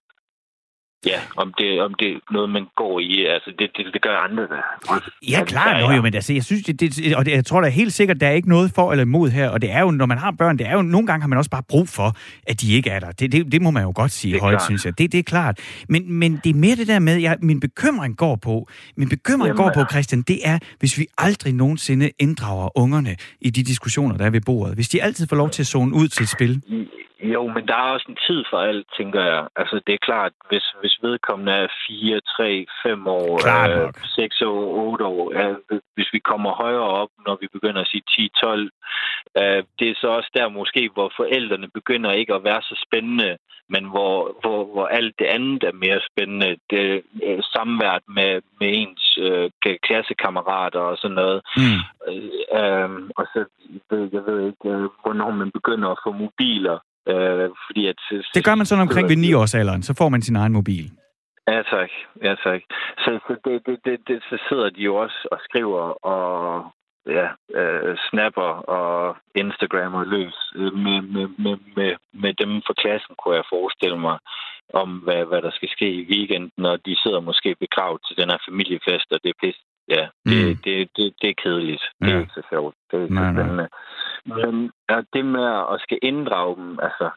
Ja, om det, om det er noget, man går i. Altså, det, det, det gør andre der. Ja, klart. Nå, jo, men altså, jeg synes, det, det, og det, jeg tror da helt sikkert, der er ikke noget for eller imod her. Og det er jo, når man har børn, det er jo, nogle gange har man også bare brug for, at de ikke er der. Det, det, det må man jo godt sige højt, synes jeg. Det, det er klart. Men, men det er mere det der med, jeg, min bekymring går på, min bekymring Jamen, går på, Christian, det er, hvis vi aldrig nogensinde inddrager ungerne i de diskussioner, der er ved bordet. Hvis de altid får lov til at zone ud til et spil. Jo, men der er også en tid for alt, tænker jeg. Altså, det er klart, hvis, hvis vedkommende er fire, tre, fem år, øh, seks år, otte år, øh, hvis vi kommer højere op, når vi begynder at sige ti, tolv, øh, det er så også der måske, hvor forældrene begynder ikke at være så spændende, men hvor, hvor, hvor alt det andet er mere spændende. Det er samværet med, med ens øh, klassekammerater og sådan noget. Mm. Øh, og så, jeg ved ikke, øh, hvornår man begynder at få mobiler. Øh, fordi at, det gør man sådan omkring ved ni-årsalderen, så får man sin egen mobil. Ja, tak. Ja, tak. Så, så, det, det, det, det, så sidder de jo også og skriver og ja, øh, snapper og Instagrammer løs med, med, med, med, med dem fra klassen, kunne jeg forestille mig, om hvad, hvad der skal ske i weekenden, og de sidder måske begravet til den her familiefest, og det er pisse. Ja, det, mm. det, det, det er kedeligt. Det er ja. ikke så sjovt. Det er ikke nej, så spændende. Men ja, det med at skal inddrage dem, altså...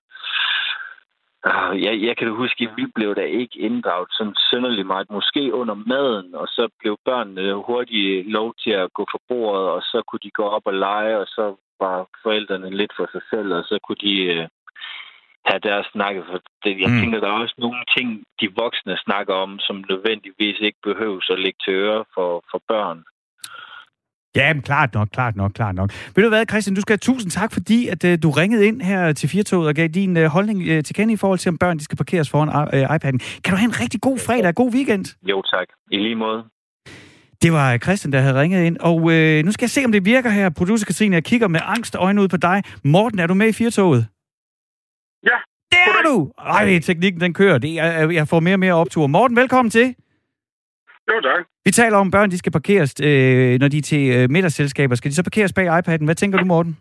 Øh, jeg, jeg kan da huske, at vi blev da ikke inddraget sådan synderligt meget. Måske under maden, og så blev børnene hurtigt lov til at gå for bordet, og så kunne de gå op og lege, og så var forældrene lidt for sig selv, og så kunne de øh, have deres snakke. For det, jeg mm. tænker, der er også nogle ting, de voksne snakker om, som nødvendigvis ikke behøves at lægge til øre for, for børn. Ja, men klart nok, klart nok, klart nok. Ved du hvad, Christian, du skal have tusind tak, fordi at, uh, du ringede ind her til Firtoget og gav din uh, holdning uh, til kende i forhold til, om børn de skal parkeres foran uh, iPad'en. Kan du have en rigtig god fredag og god weekend? Jo, tak. I lige måde. Det var Christian, der havde ringet ind, og uh, nu skal jeg se, om det virker her. Producer Katrine, jeg kigger med angst øjne ud på dig. Morten, er du med i Firtoget? Ja. Det er du! Ej, teknikken den kører. Det er, jeg får mere og mere optur. Morten, velkommen til. Jo, tak. Vi taler om, børn de skal parkeres, øh, når de er til øh, middagsselskaber. Skal de så parkeres bag iPad'en? Hvad tænker du, Morten?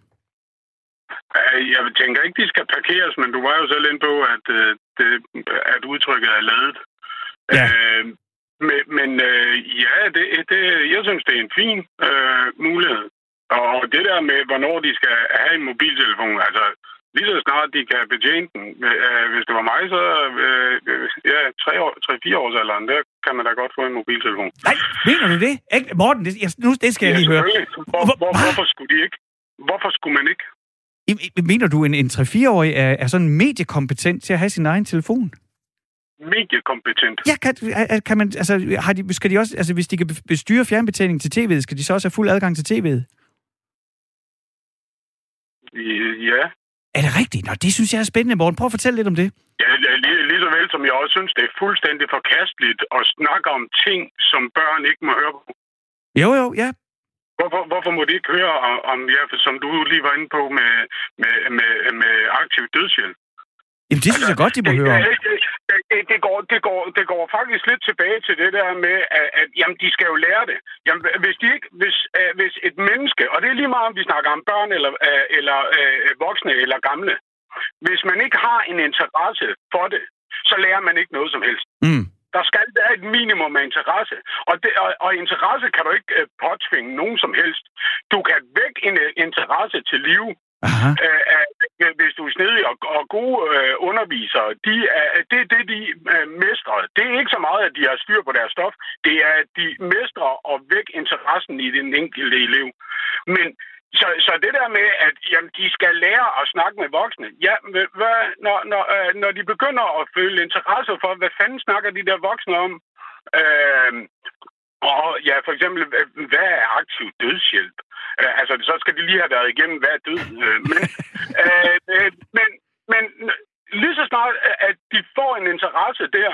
Jeg tænker ikke, de skal parkeres, men du var jo selv inde på, at, øh, det, at udtrykket er ladet. Ja. Øh, men men øh, ja, det, det, jeg synes, det er en fin øh, mulighed. Og det der med, hvornår de skal have en mobiltelefon, altså... Lige så snart de kan betjene den. Hvis det var mig, så øh, ja, tre, år, tre, fire års alderen, der kan man da godt få en mobiltelefon. Nej, mener du det? Ikke? Morten, det, jeg, nu, det skal jeg ja, lige høre. Hvor, hvor, hvorfor skulle de ikke? Hvorfor skulle man ikke? I, mener du, en, en tre-fire-årig er, er sådan mediekompetent til at have sin egen telefon? Mediekompetent? Ja, kan, kan man, altså, har de, skal de også, altså, hvis de kan bestyre fjernbetjeningen til tv'et, skal de så også have fuld adgang til tv'et? Ja. Er det rigtigt? Nå, det synes jeg er spændende, Morten. Prøv at fortælle lidt om det. Ja, lige, lige så vel som jeg også synes, det er fuldstændig forkasteligt at snakke om ting, som børn ikke må høre på. Jo, jo, ja. Hvorfor, hvorfor må de ikke høre om, om ja, som du lige var inde på, med, med, med, med aktiv dødshjælp? Jamen, det synes altså, jeg godt, de må det, høre om. Det, det, det, går, det, går, det går faktisk lidt tilbage til det der med, at, at jamen, de skal jo lære det. Jamen, hvis, de ikke, hvis, uh, hvis et menneske, og det er lige meget, om vi snakker om børn, eller, uh, eller uh, voksne, eller gamle. Hvis man ikke har en interesse for det, så lærer man ikke noget som helst. Mm. Der skal være et minimum af interesse. Og, det, og, og interesse kan du ikke uh, påtvinge nogen som helst. Du kan vække en uh, interesse til liv. Uh, hvis du er snedig og, og gode uh, undervisere, de er, det er det, de uh, mestrer. Det er ikke så meget, at de har styr på deres stof. Det er, at de mestrer og væk interessen i den enkelte elev. Men Så, så det der med, at jamen, de skal lære at snakke med voksne, ja, hvad, når, når, øh, når de begynder at føle interesse for, hvad fanden snakker de der voksne om? Øh, og ja, for eksempel, hvad er aktiv dødshjælp? Øh, altså, så skal de lige have været igennem, hvad er død? Øh, men, øh, øh, men, men lige så snart, at de får en interesse der,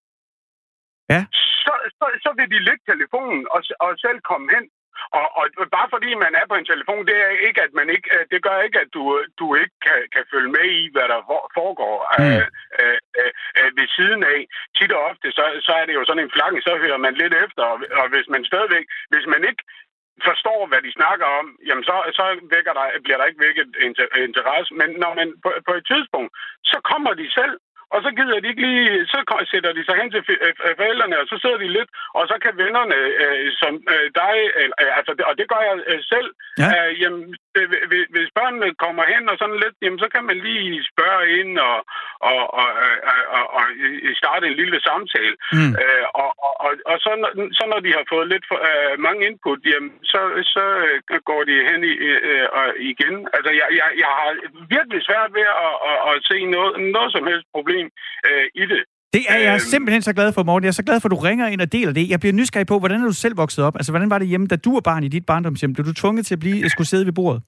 ja. så, så, så vil de lægge telefonen og, og selv komme hen. Og, og bare fordi man er på en telefon, det er ikke, at man ikke, det gør ikke, at du, du ikke kan, kan følge med i, hvad der foregår mm. øh, øh, øh, ved siden af. Tit og ofte, så, så er det jo sådan en flakken, så hører man lidt efter, og, og hvis man stadigvæk, hvis man ikke forstår, hvad de snakker om, jamen så, så vækker der, bliver der ikke vækket interesse. Men når man på, på et tidspunkt, så kommer de selv. Og så gider de ikke lige, så sætter de sig hen til forældrene, og så sidder de lidt, og så kan vennerne, øh, som øh, dig, øh, altså, og det gør jeg øh, selv, ja. øh, jamen, øh, hvis børnene kommer hen og sådan lidt, jamen, så kan man lige spørge ind og, og, og, og, og, og starte en lille samtale. Mm. Øh, og og, og, og så, så når de har fået lidt for, øh, mange input, jamen, så, så øh, går de hen i, øh, og igen. Altså, jeg, jeg, jeg har virkelig svært ved at, at, at se noget, noget som helst problem Øh, i det. Det er jeg øhm, simpelthen så glad for, Morten. Jeg er så glad for, at du ringer ind og deler det. Jeg bliver nysgerrig på, hvordan er du selv vokset op? Altså, hvordan var det hjemme, da du var barn i dit barndomshjem? Blev du tvunget til at blive, at skulle sidde ved bordet?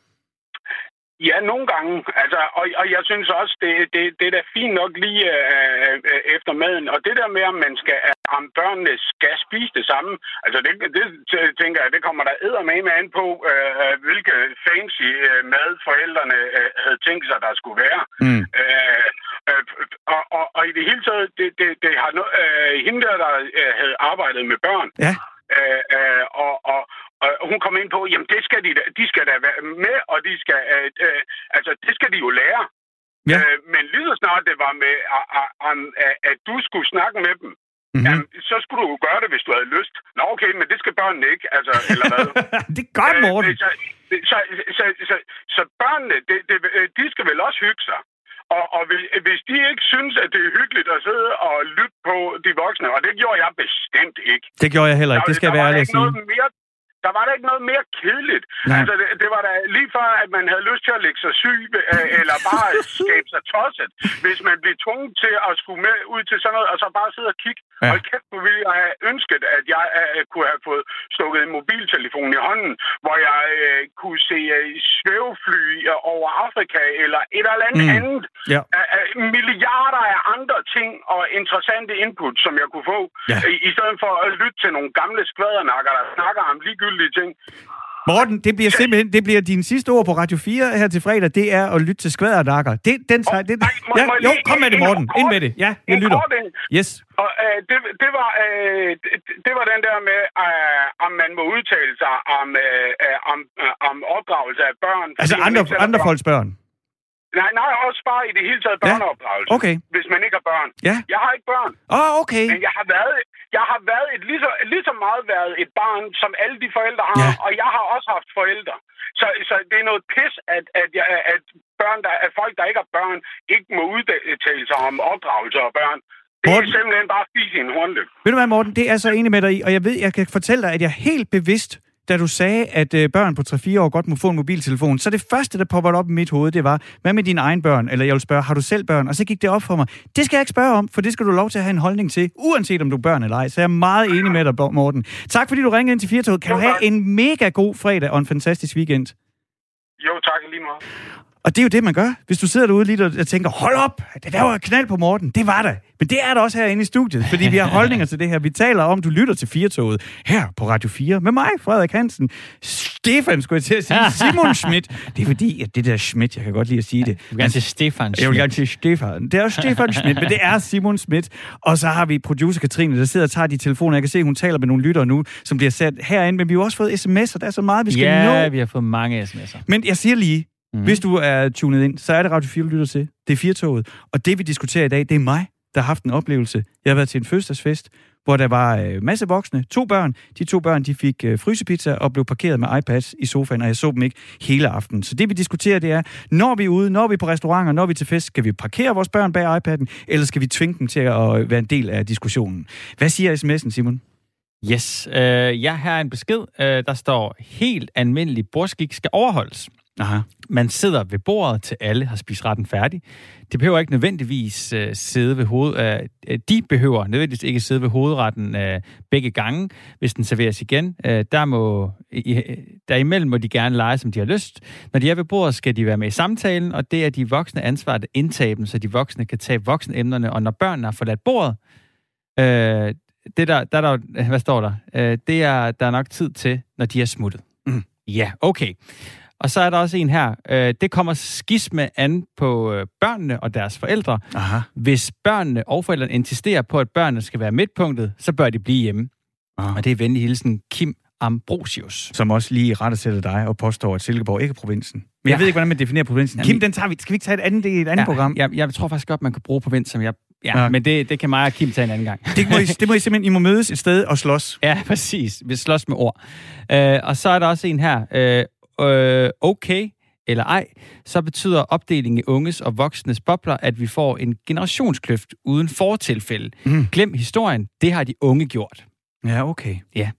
Ja, nogle gange. Altså, og, og jeg synes også, det, det, det er da fint nok lige øh, øh, efter maden. Og det der med, om man skal, om børnene skal spise det samme, altså det, det tænker jeg, det kommer der eddermame an på, øh, hvilke fancy øh, mad forældrene øh, havde tænkt sig, der skulle være. Mm. Øh, øh, og, og, og i det hele taget, det, det, det har no, øh, hende der, der øh, havde arbejdet med børn, ja. øh, øh, og, og Og hun kom ind på, jamen det skal de, de skal da være med, og de skal, øh, øh, altså det skal de jo lære. Ja. Øh, men lige så snart det var med, at, at, at du skulle snakke med dem, mm-hmm. jamen, så skulle du jo gøre det, hvis du havde lyst. Nå okay, men det skal børnene ikke, altså, eller hvad? Det er godt, Morten. Øh, så, så, så, så, så børnene, det, det, de skal vel også hygge sig. Og, og hvis de ikke synes, at det er hyggeligt at sidde og lytte på de voksne, og det gjorde jeg bestemt ikke. Det gjorde jeg heller ikke, det skal være ærlig at sige. Der var der ikke noget mere kedeligt. Nej. Altså, det, det var da lige før, at man havde lyst til at lægge sig syg, øh, eller bare skabe sig tosset, hvis man blev tvunget til at skulle med ud til sådan noget, og så bare sidde og kigge. Ja. Og kæft, hvor ville jeg have ønsket, at jeg øh, kunne have fået stukket en mobiltelefon i hånden, hvor jeg øh, kunne se øh, svævefly øh, over Afrika, eller et eller andet mm. andet. Ja. Øh, milliarder af andre ting og interessante input, som jeg kunne få, ja. øh, i stedet for at lytte til nogle gamle skvadernakker, der snakker om ligegyldigt ting. Morten, det bliver simpelthen det bliver din sidste ord på Radio fire her til fredag, det er at lytte til skvadernakker. Det den tager det. Ja, jo, kom med det, Morten. Ind med det. Ja, jeg lytter. Yes. Og øh, det, det var øh, det, det var den der med øh, om man må udtale sig om øh, om øh, om opdragelse af børn. Altså andre andre folks børn. Nej, nej, også bare i det hele taget børneopdragelse. Ja. Okay. Hvis man ikke har børn. Ja. Jeg har ikke børn. Åh, oh, okay. Men jeg har været, jeg har været et lige så, lige så meget været et barn, som alle de forældre har. Ja. Og jeg har også haft forældre. Så, så det er noget pis, at, at, jeg, at, børn, der, at folk, der ikke har børn, ikke må udtale sig om opdragelse af børn. Det Morten, er simpelthen bare spise i en hornløb. Ved du hvad, Morten? Det er så enig med dig i, og jeg ved, jeg kan fortælle dig, at jeg helt bevidst, da du sagde, at øh, børn på tre fire år godt må få en mobiltelefon, så det første, der popper op i mit hoved, det var, hvad med dine egne børn? Eller jeg vil spørge, har du selv børn? Og så gik det op for mig. Det skal jeg ikke spørge om, for det skal du lov til at have en holdning til, uanset om du er børn eller ej. Så jeg er meget enig med dig, Morten. Tak fordi du ringede ind til Firtoget. Kan jo, du have tak. En mega god fredag og en fantastisk weekend? Jo, tak lige meget. Og det er jo det, man gør. Hvis du sidder derude lige og tænker, hold op, det der var knald på Morten. Det var der. Men det er der også herinde i studiet, fordi vi har holdninger til det her. Vi taler om, du lytter til Firtoget her på Radio fire med mig, Frederik Hansen. Stefan, skulle jeg til at sige. Simon Schmidt. Det er fordi, at det der Schmidt, jeg kan godt lide at sige det. Jeg vil gerne til Stefan Schmidt. Jeg vil gerne til Stefan. Det er Stefan Schmidt, men det er Simon Schmidt. Og så har vi producer Katrine, der sidder og tager de telefoner. Jeg kan se, hun taler med nogle lyttere nu, som bliver sat herinde. Men vi har også fået sms'er. Der er så meget, vi skal ja, nå. Ja, vi har fået mange sms'er. Men jeg siger lige, Mm-hmm. hvis du er tunet ind, så er det Radio fire, du lytter til. Det er Firtoget. Og det, vi diskuterer i dag, det er mig, der har haft en oplevelse. Jeg har været til en fødselsdagsfest, hvor der var øh, masse voksne, to børn. De to børn, de fik øh, frysepizza og blev parkeret med iPads i sofaen, og jeg så dem ikke hele aftenen. Så det, vi diskuterer, det er, når vi er ude, når vi er på restauranter, når vi er til fest, skal vi parkere vores børn bag iPad'en, eller skal vi tvinge dem til at være en del af diskussionen? Hvad siger sms'en, Simon? Yes. Øh, jeg har en besked, øh, der står, helt almindelig bordskik skal overholdes. Aha. Man sidder ved bordet, til alle har spist retten færdig. Det behøver ikke nødvendigvis øh, sidde ved hoved... Øh, de behøver nødvendigvis ikke sidde ved hovedretten øh, begge gange, hvis den serveres igen. Øh, der må... I, derimellem må de gerne lege, som de har lyst. Når de er ved bordet, skal de være med i samtalen, og det er de voksne ansvar at indtage dem, så de voksne kan tage voksenemnerne. Og når børnene har forladt bordet, øh, det der, der, der, hvad står der? Øh, det er der er nok tid til, når de er smuttet. Mm. Ja, okay. Og så er der også en her. Øh, det kommer skisme an på øh, børnene og deres forældre. Aha. Hvis børnene og forældrene insisterer på, at børnene skal være midtpunktet, så bør de blive hjemme. Aha. Og det er venlig hilsen Kim Ambrosius. Som også lige rettesætter dig og påstår, at Silkeborg ikke er provinsen. Men ja. Jeg ved ikke, hvordan man definerer provinsen. Kim, den tager vi. Skal vi ikke tage et andet, et andet ja, program? Jeg, jeg tror faktisk godt, man kan bruge provins, som jeg... Ja, ja. Men det, det kan mig og Kim tage en anden gang. Det må, I, det må I simpelthen, I må mødes et sted og slås. Ja, præcis. Vi slås med ord. Øh, og så er der også en her. Øh, øh, okay eller ej, så betyder opdelingen i unges og voksnes bobler, at vi får en generationskløft uden fortilfælde. Mm. Glem historien. Det har de unge gjort. Ja, okay. Ja.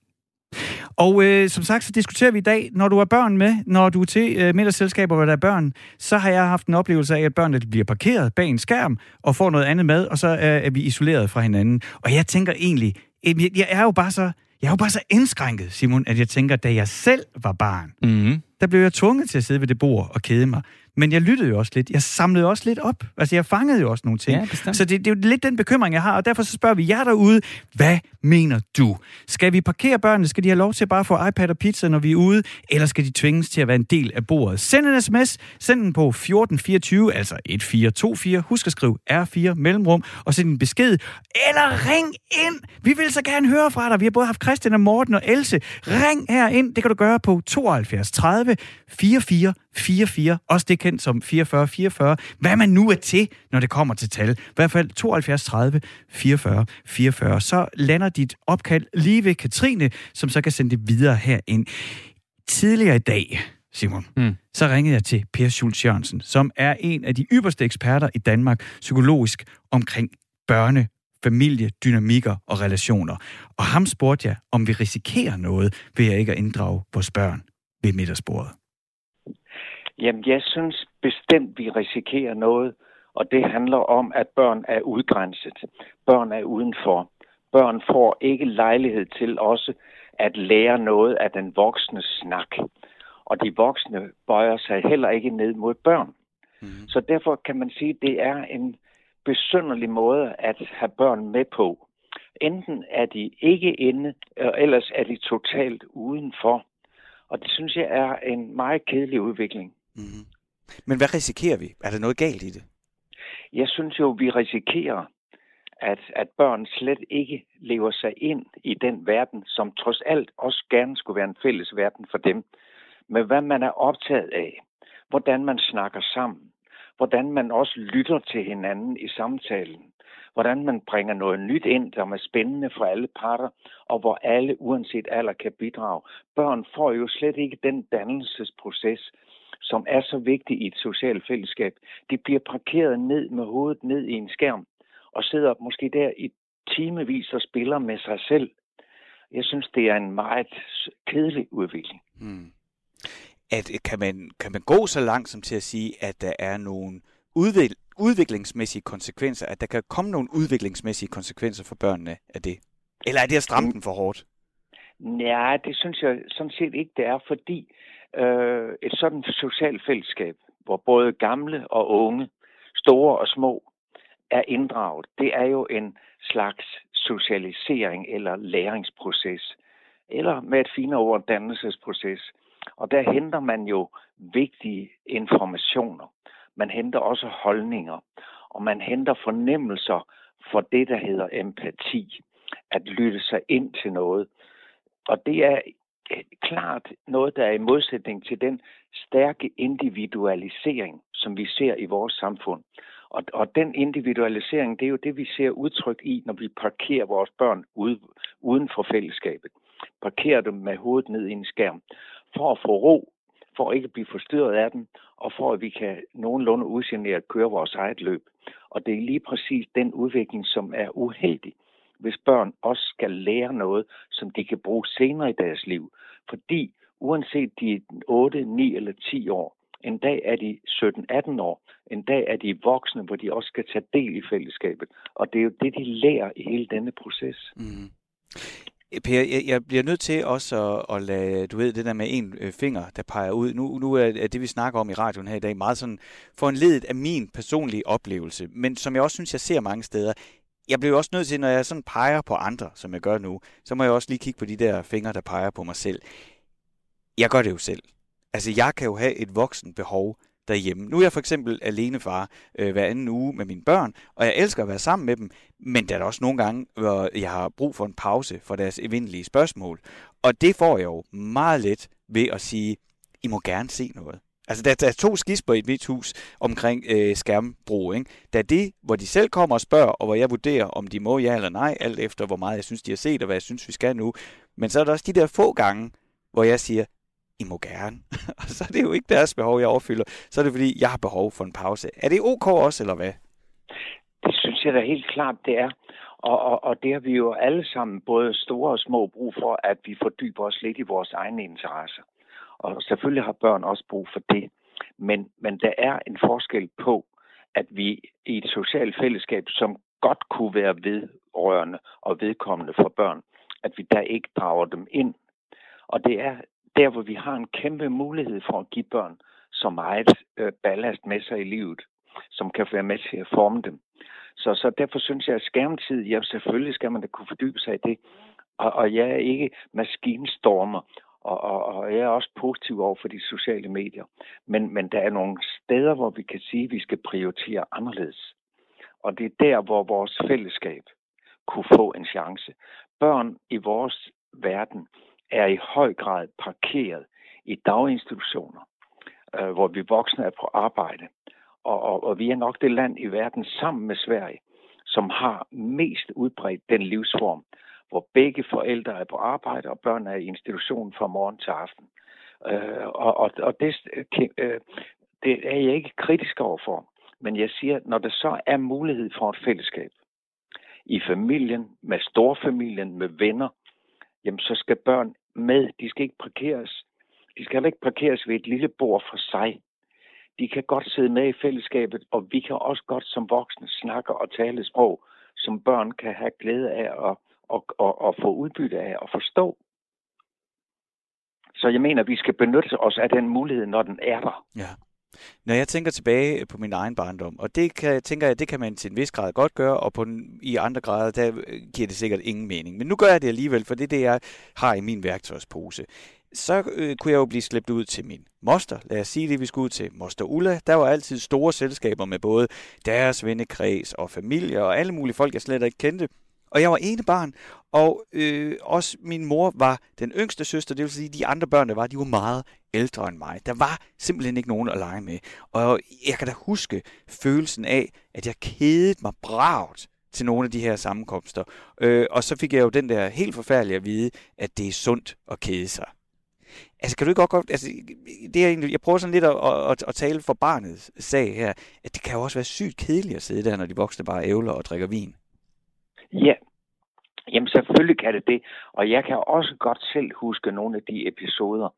Og øh, som sagt, så diskuterer vi i dag, når du har børn med, når du er til øh, middagsselskaber, hvor der er børn, så har jeg haft en oplevelse af, at børnene bliver parkeret bag en skærm og får noget andet med, og så er, er vi isoleret fra hinanden. Og jeg tænker egentlig, jeg, jeg er jo bare så, jeg er jo bare så indskrænket, Simon, at jeg tænker, da jeg selv var barn, mm-hmm. der blev jeg tvunget til at sidde ved det bord og kede mig. Men jeg lyttede jo også lidt. Jeg samlede også lidt op. Altså, jeg fangede jo også nogle ting. Ja, så det, det er jo lidt den bekymring, jeg har, og derfor så spørger vi jer derude, hvad mener du? Skal vi parkere børnene? Skal de have lov til at bare få iPad og pizza, når vi er ude? Eller skal de tvinges til at være en del af bordet? Send en sms. Send den på fjorten fireogtyve, altså et fire to fire. Husk at skrive R fire mellemrum, og send en besked. Eller ring ind. Vi vil så gerne høre fra dig. Vi har både haft Christian og Morten og Else. Ring her ind. Det kan du gøre på tooghalvfjerds tredive fireogfyrre fireogfyrre. Også det kendt som fireogfyrre fireogfyrre. Hvad man nu er til, når det kommer til tal. I hvert fald tooghalvfjerds tredive fireogfyrre fireogfyrre. Så lander dit opkald lige ved Katrine, som så kan sende det videre herind. Tidligere i dag, Simon, mm. så ringede jeg til Per Schultz Jørgensen, som er en af de ypperste eksperter i Danmark psykologisk omkring børne, familie, dynamikker og relationer. Og ham spurgte jeg, om vi risikerer noget ved at ikke at inddrage vores børn ved middagsbordet. Jamen, jeg synes bestemt, vi risikerer noget, og det handler om, at børn er udgrænset. Børn er udenfor. Børn får ikke lejlighed til også at lære noget af den voksne snak. Og de voksne bøjer sig heller ikke ned mod børn. Mm-hmm. Så derfor kan man sige, at det er en besynderlig måde at have børn med på. Enten er de ikke inde, ellers er de totalt udenfor. Og det synes jeg er en meget kedelig udvikling. Mm-hmm. Men hvad risikerer vi? Er der noget galt i det? Jeg synes jo, vi risikerer, at, at børn slet ikke lever sig ind i den verden, som trods alt også gerne skulle være en fælles verden for dem. Men hvad man er optaget af, hvordan man snakker sammen, hvordan man også lytter til hinanden i samtalen, hvordan man bringer noget nyt ind, der er spændende for alle parter, og hvor alle uanset alder kan bidrage. Børn får jo slet ikke den dannelsesproces, som er så vigtig i et socialt fællesskab. De bliver parkeret ned med hovedet ned i en skærm, og sidder måske der i timevis og spiller med sig selv. Jeg synes, det er en meget kedelig udvikling. Hmm. At, kan, man, kan man gå så langt som til at sige, at der er nogle udvik- udviklingsmæssige konsekvenser, at der kan komme nogle udviklingsmæssige konsekvenser for børnene af det? Eller er det at stramme den for hårdt? Nej, det synes jeg sådan set ikke, det er, fordi øh, et sådan socialt fællesskab, hvor både gamle og unge, store og små, er inddraget, det er jo en slags socialisering eller læringsproces, eller med et finere ord, dannelsesproces. Og der henter man jo vigtige informationer. Man henter også holdninger, og man henter fornemmelser for det, der hedder empati. At lytte sig ind til noget. Og det er klart noget, der er i modsætning til den stærke individualisering, som vi ser i vores samfund. Og, og den individualisering, det er jo det, vi ser udtrykt i, når vi parkerer vores børn ude, uden for fællesskabet. Parkerer dem med hovedet ned i en skærm. For at få ro, for at ikke blive forstyrret af dem, og for at vi kan nogenlunde ugeneret køre vores eget løb. Og det er lige præcis den udvikling, som er uheldig. hvis børn også skal lære noget, som de kan bruge senere i deres liv. Fordi uanset de er otte, ni eller ti år, en dag er de sytten atten år, en dag er de voksne, hvor de også skal tage del i fællesskabet. Og det er jo det, de lærer i hele denne proces. Mm. Per, jeg, jeg bliver nødt til også at, at lade, du ved, det der med en øh, finger, der peger ud. Nu, nu er det, vi snakker om i radioen her i dag, meget sådan foranledet af min personlige oplevelse, men som jeg også synes, jeg ser mange steder. Jeg bliver også nødt til, når jeg sådan peger på andre, som jeg gør nu, så må jeg også lige kigge på de der fingre, der peger på mig selv. Jeg gør det jo selv. Altså, jeg kan jo have et voksen behov derhjemme. Nu er jeg for eksempel alenefar øh, hver anden uge med mine børn, og jeg elsker at være sammen med dem, men der er der også nogle gange, hvor jeg har brug for en pause for deres evindelige spørgsmål. Og det får jeg jo meget let ved at sige, I må gerne se noget. Altså, der, der er to skisper i mit hus omkring øh, skærmbrug, ikke? Der er det, hvor de selv kommer og spørger, og hvor jeg vurderer, om de må ja eller nej, alt efter hvor meget jeg synes, de har set, og hvad jeg synes, vi skal nu. Men så er der også de der få gange, hvor jeg siger, I må gerne. Og så er det jo ikke deres behov, jeg overfylder. Så er det, fordi jeg har behov for en pause. Er det ok også, eller hvad? Det synes jeg da helt klart, det er. Og, og, og det har vi jo alle sammen, både store og små, brug for, at vi fordyber os lidt i vores egne interesser. Og selvfølgelig har børn også brug for det. Men, men der er en forskel på, at vi i et socialt fællesskab, som godt kunne være vedrørende og vedkommende for børn, at vi der ikke drager dem ind. Og det er der, hvor vi har en kæmpe mulighed for at give børn så meget øh, ballast med sig i livet, som kan være med til at forme dem. Så, så derfor synes jeg, at skærmtid, ja, selvfølgelig skal man da kunne fordybe sig i det. Og, og jeg er ikke maskinstormer, og, og, og jeg er også positiv over for de sociale medier. Men, men der er nogle steder, hvor vi kan sige, at vi skal prioritere anderledes. Og det er der, hvor vores fællesskab kunne få en chance. Børn i vores verden er i høj grad parkeret i daginstitutioner, øh, hvor vi voksne er på arbejde. Og, og, og vi er nok det land i verden sammen med Sverige, som har mest udbredt den livsform, hvor begge forældre er på arbejde, og børn er i institutionen fra morgen til aften. Øh, og og, og det, øh, det er jeg ikke kritisk overfor. Men jeg siger, når der så er mulighed for et fællesskab i familien, med storfamilien, med venner, jamen så skal børn med. De skal ikke parkeres. De skal ikke parkeres ved et lille bord for sig. De kan godt sidde med i fællesskabet, og vi kan også godt som voksne snakke og tale sprog, som børn kan have glæde af at, og, og, og få udbytte af og forstå. Så jeg mener, at vi skal benytte os af den mulighed, når den er der. Ja. Når jeg tænker tilbage på min egen barndom, og det kan, tænker jeg, det kan man til en vis grad godt gøre, og på den, i andre grader, der giver det sikkert ingen mening. Men nu gør jeg det alligevel, for det er det, jeg har i min værktøjspose. Så øh, kunne jeg jo blive slæbt ud til min moster. Lad os sige det, vi skulle ud til moster Ulla. Der var altid store selskaber med både deres vennekreds og familie og alle mulige folk, jeg slet ikke kendte. Og jeg var ene barn, og øh, også min mor var den yngste søster, det vil sige, de andre børn, der var, de var meget ældre end mig. Der var simpelthen ikke nogen at lege med. Og jeg kan da huske følelsen af, at jeg kedede mig bravt til nogle af de her sammenkomster. Øh, og så fik jeg jo den der helt forfærdelige at vide, at det er sundt at kede sig. Altså, kan du ikke godt godt... Altså, det er egentlig, jeg prøver sådan lidt at, at, at tale for barnets sag her, at det kan jo også være sygt kedeligt at sidde der, når de voksne bare ævler og drikker vin. Ja, jamen selvfølgelig kan det det. Og jeg kan også godt selv huske nogle af de episoder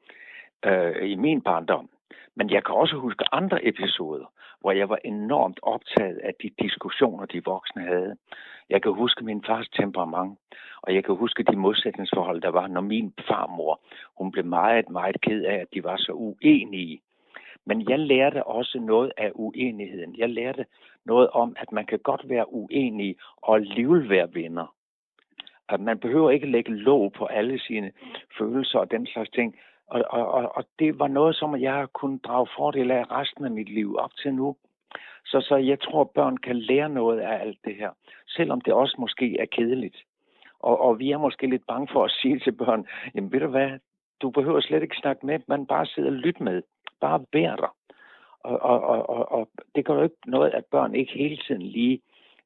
øh, i min barndom. Men jeg kan også huske andre episoder, hvor jeg var enormt optaget af de diskussioner, de voksne havde. Jeg kan huske min fars temperament, og jeg kan huske de modsætningsforhold, der var, når min farmor, hun blev meget, meget ked af, at de var så uenige. Men jeg lærte også noget af uenigheden. Jeg lærte noget om, at man kan godt være uenig og alligevel være venner. At man behøver ikke lægge låg på alle sine følelser og den slags ting. Og, og, og det var noget, som jeg har kunnet drage fordel af resten af mit liv op til nu. Så, så jeg tror, at børn kan lære noget af alt det her, selvom det også måske er kedeligt. Og, og vi er måske lidt bange for at sige til børn, jamen ved du hvad, du behøver slet ikke snakke med, man bare sidder og lytter med. Bare bær dig. Og, og, og, og, og det gør jo ikke noget, at børn ikke hele tiden lige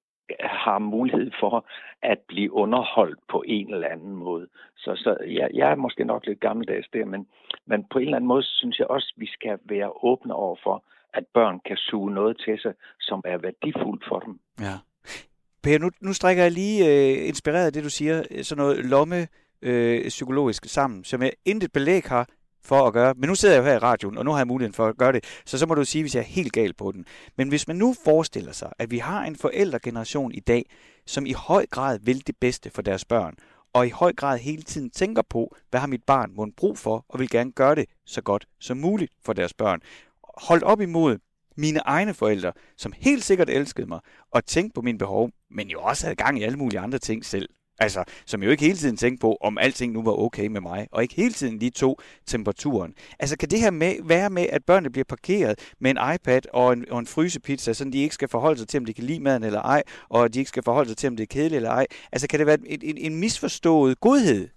har mulighed for at blive underholdt på en eller anden måde. Så, så ja, jeg er måske nok lidt gammeldags der, men, men på en eller anden måde synes jeg også, at vi skal være åbne over for, at børn kan suge noget til sig, som er værdifuldt for dem. Ja. Per, nu, nu strækker jeg lige øh, inspireret af det, du siger, sådan noget lomme øh, psykologisk sammen, som jeg intet belæg har for at gøre. Men nu sidder jeg jo her i radioen, og nu har jeg muligheden for at gøre det, så så må du sige, hvis jeg er helt gal på den. Men hvis man nu forestiller sig, at vi har en forældregeneration i dag, som i høj grad vil det bedste for deres børn, og i høj grad hele tiden tænker på, hvad har mit barn mon brug for, og vil gerne gøre det så godt som muligt for deres børn. Holdt op imod mine egne forældre, som helt sikkert elskede mig, og tænkte på mine behov, men jo også havde gang i alle mulige andre ting selv. Altså, som jo ikke hele tiden tænkte på, om alting nu var okay med mig, og ikke hele tiden lige tog temperaturen. Altså, kan det her med, være med, at børnene bliver parkeret med en iPad og en, og en frysepizza, så de ikke skal forholde sig til, om de kan lide maden eller ej, og de ikke skal forholde sig til, om det er kedeligt eller ej? Altså, kan det være en, en, en misforstået godhed?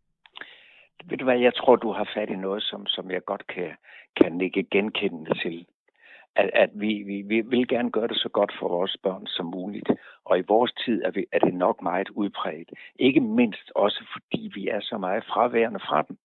Ved du hvad, jeg tror, du har fat i noget, som, som jeg godt kan, kan ikke genkende til. At, at vi, vi, vi vil gerne gøre det så godt for vores børn som muligt. Og i vores tid er, vi, er det nok meget udpræget. Ikke mindst også fordi vi er så meget fraværende fra dem.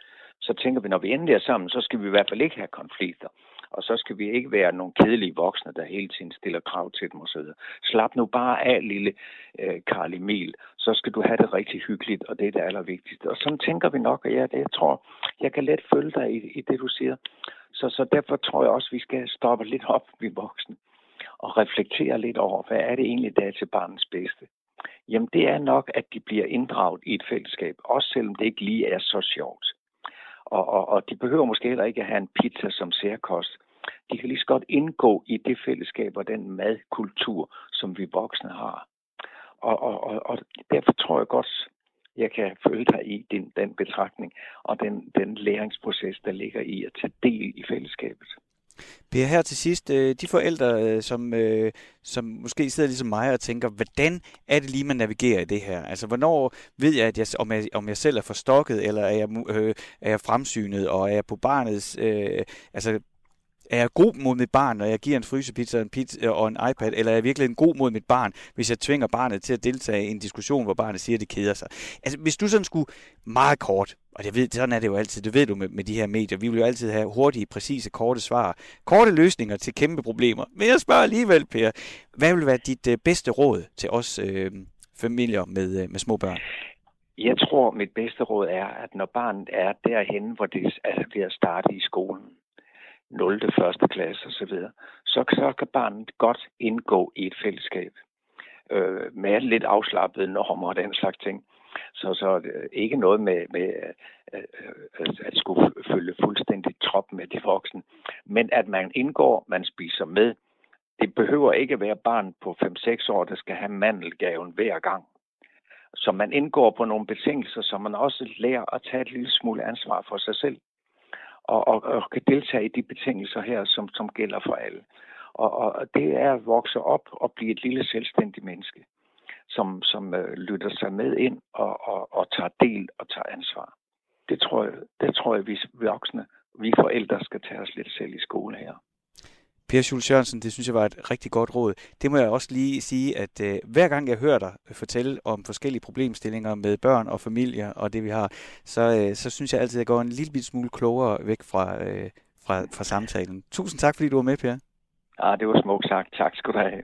Så tænker vi, når vi endelig er sammen, så skal vi i hvert fald ikke have konflikter. Og så skal vi ikke være nogle kedelige voksne, der hele tiden stiller krav til dem osv. Slap nu bare af, lille øh, Karl Emil. Så skal du have det rigtig hyggeligt, og det er det allervigtigste. Og sådan tænker vi nok, og ja, det jeg tror, jeg kan let følge dig i, i det, du siger. Så, så derfor tror jeg også, at vi skal stoppe lidt op, vi voksne, og reflektere lidt over, hvad er det egentlig, der er til barnets bedste. Jamen, det er nok, at de bliver inddraget i et fællesskab, også selvom det ikke lige er så sjovt. Og, og, og de behøver måske heller ikke at have en pizza som særkost. De kan lige så godt indgå i det fællesskab og den madkultur, som vi voksne har. Og, og, og, og derfor tror jeg godt, jeg kan følge dig i den, den betragtning og den, den læringsproces, der ligger i at tage del i fællesskabet. Per, her til sidst, de forældre, som, som måske sidder ligesom mig og tænker, hvordan er det lige, man navigerer i det her? Altså, hvornår ved jeg, at jeg, om, jeg om jeg selv er forstokket, eller er jeg, øh, er jeg fremsynet, og er jeg på barnets... Øh, altså, er jeg god mod mit barn, når jeg giver en frysepizza og en, pizza og en iPad, eller er jeg virkelig en god mod mit barn, hvis jeg tvinger barnet til at deltage i en diskussion, hvor barnet siger, at det keder sig? Altså, hvis du sådan skulle meget kort, og jeg ved, sådan er det jo altid, det ved du med, med de her medier, vi vil jo altid have hurtige, præcise, korte svar, korte løsninger til kæmpe problemer. Men jeg spørger alligevel, Per, hvad vil være dit øh, bedste råd til os øh, familier med, øh, med små børn? Jeg tror, mit bedste råd er, at når barnet er derhen, hvor det er ved at starte i skolen, nul til første klasse og så videre, så, så kan barnet godt indgå i et fællesskab øh, med lidt afslappede normer og den slags ting. Så, så øh, ikke noget med, med øh, øh, at skulle følge fuldstændig trop med de voksne, men at man indgår, man spiser med. Det behøver ikke være barn på fem seks år, der skal have mandelgaven hver gang. Så man indgår på nogle betingelser, så man også lærer at tage et lille smule ansvar for sig selv. Og, og, og kan deltage i de betingelser her, som, som gælder for alle. Og, og det er at vokse op og blive et lille selvstændigt menneske, som, som øh, lytter sig med ind og, og, og tager del og tager ansvar. Det tror jeg, det tror jeg vi voksne, vi forældre skal tage os lidt selv i skole her. Per Schultz Jørgensen, det synes jeg var et rigtig godt råd. Det må jeg også lige sige, at øh, hver gang jeg hører dig fortælle om forskellige problemstillinger med børn og familier og det vi har, så, øh, så synes jeg altid, at jeg går en lille smule klogere væk fra, øh, fra, fra samtalen. Tusind tak, fordi du var med, Per. Ja, det var smukt sagt. Tak skal du have.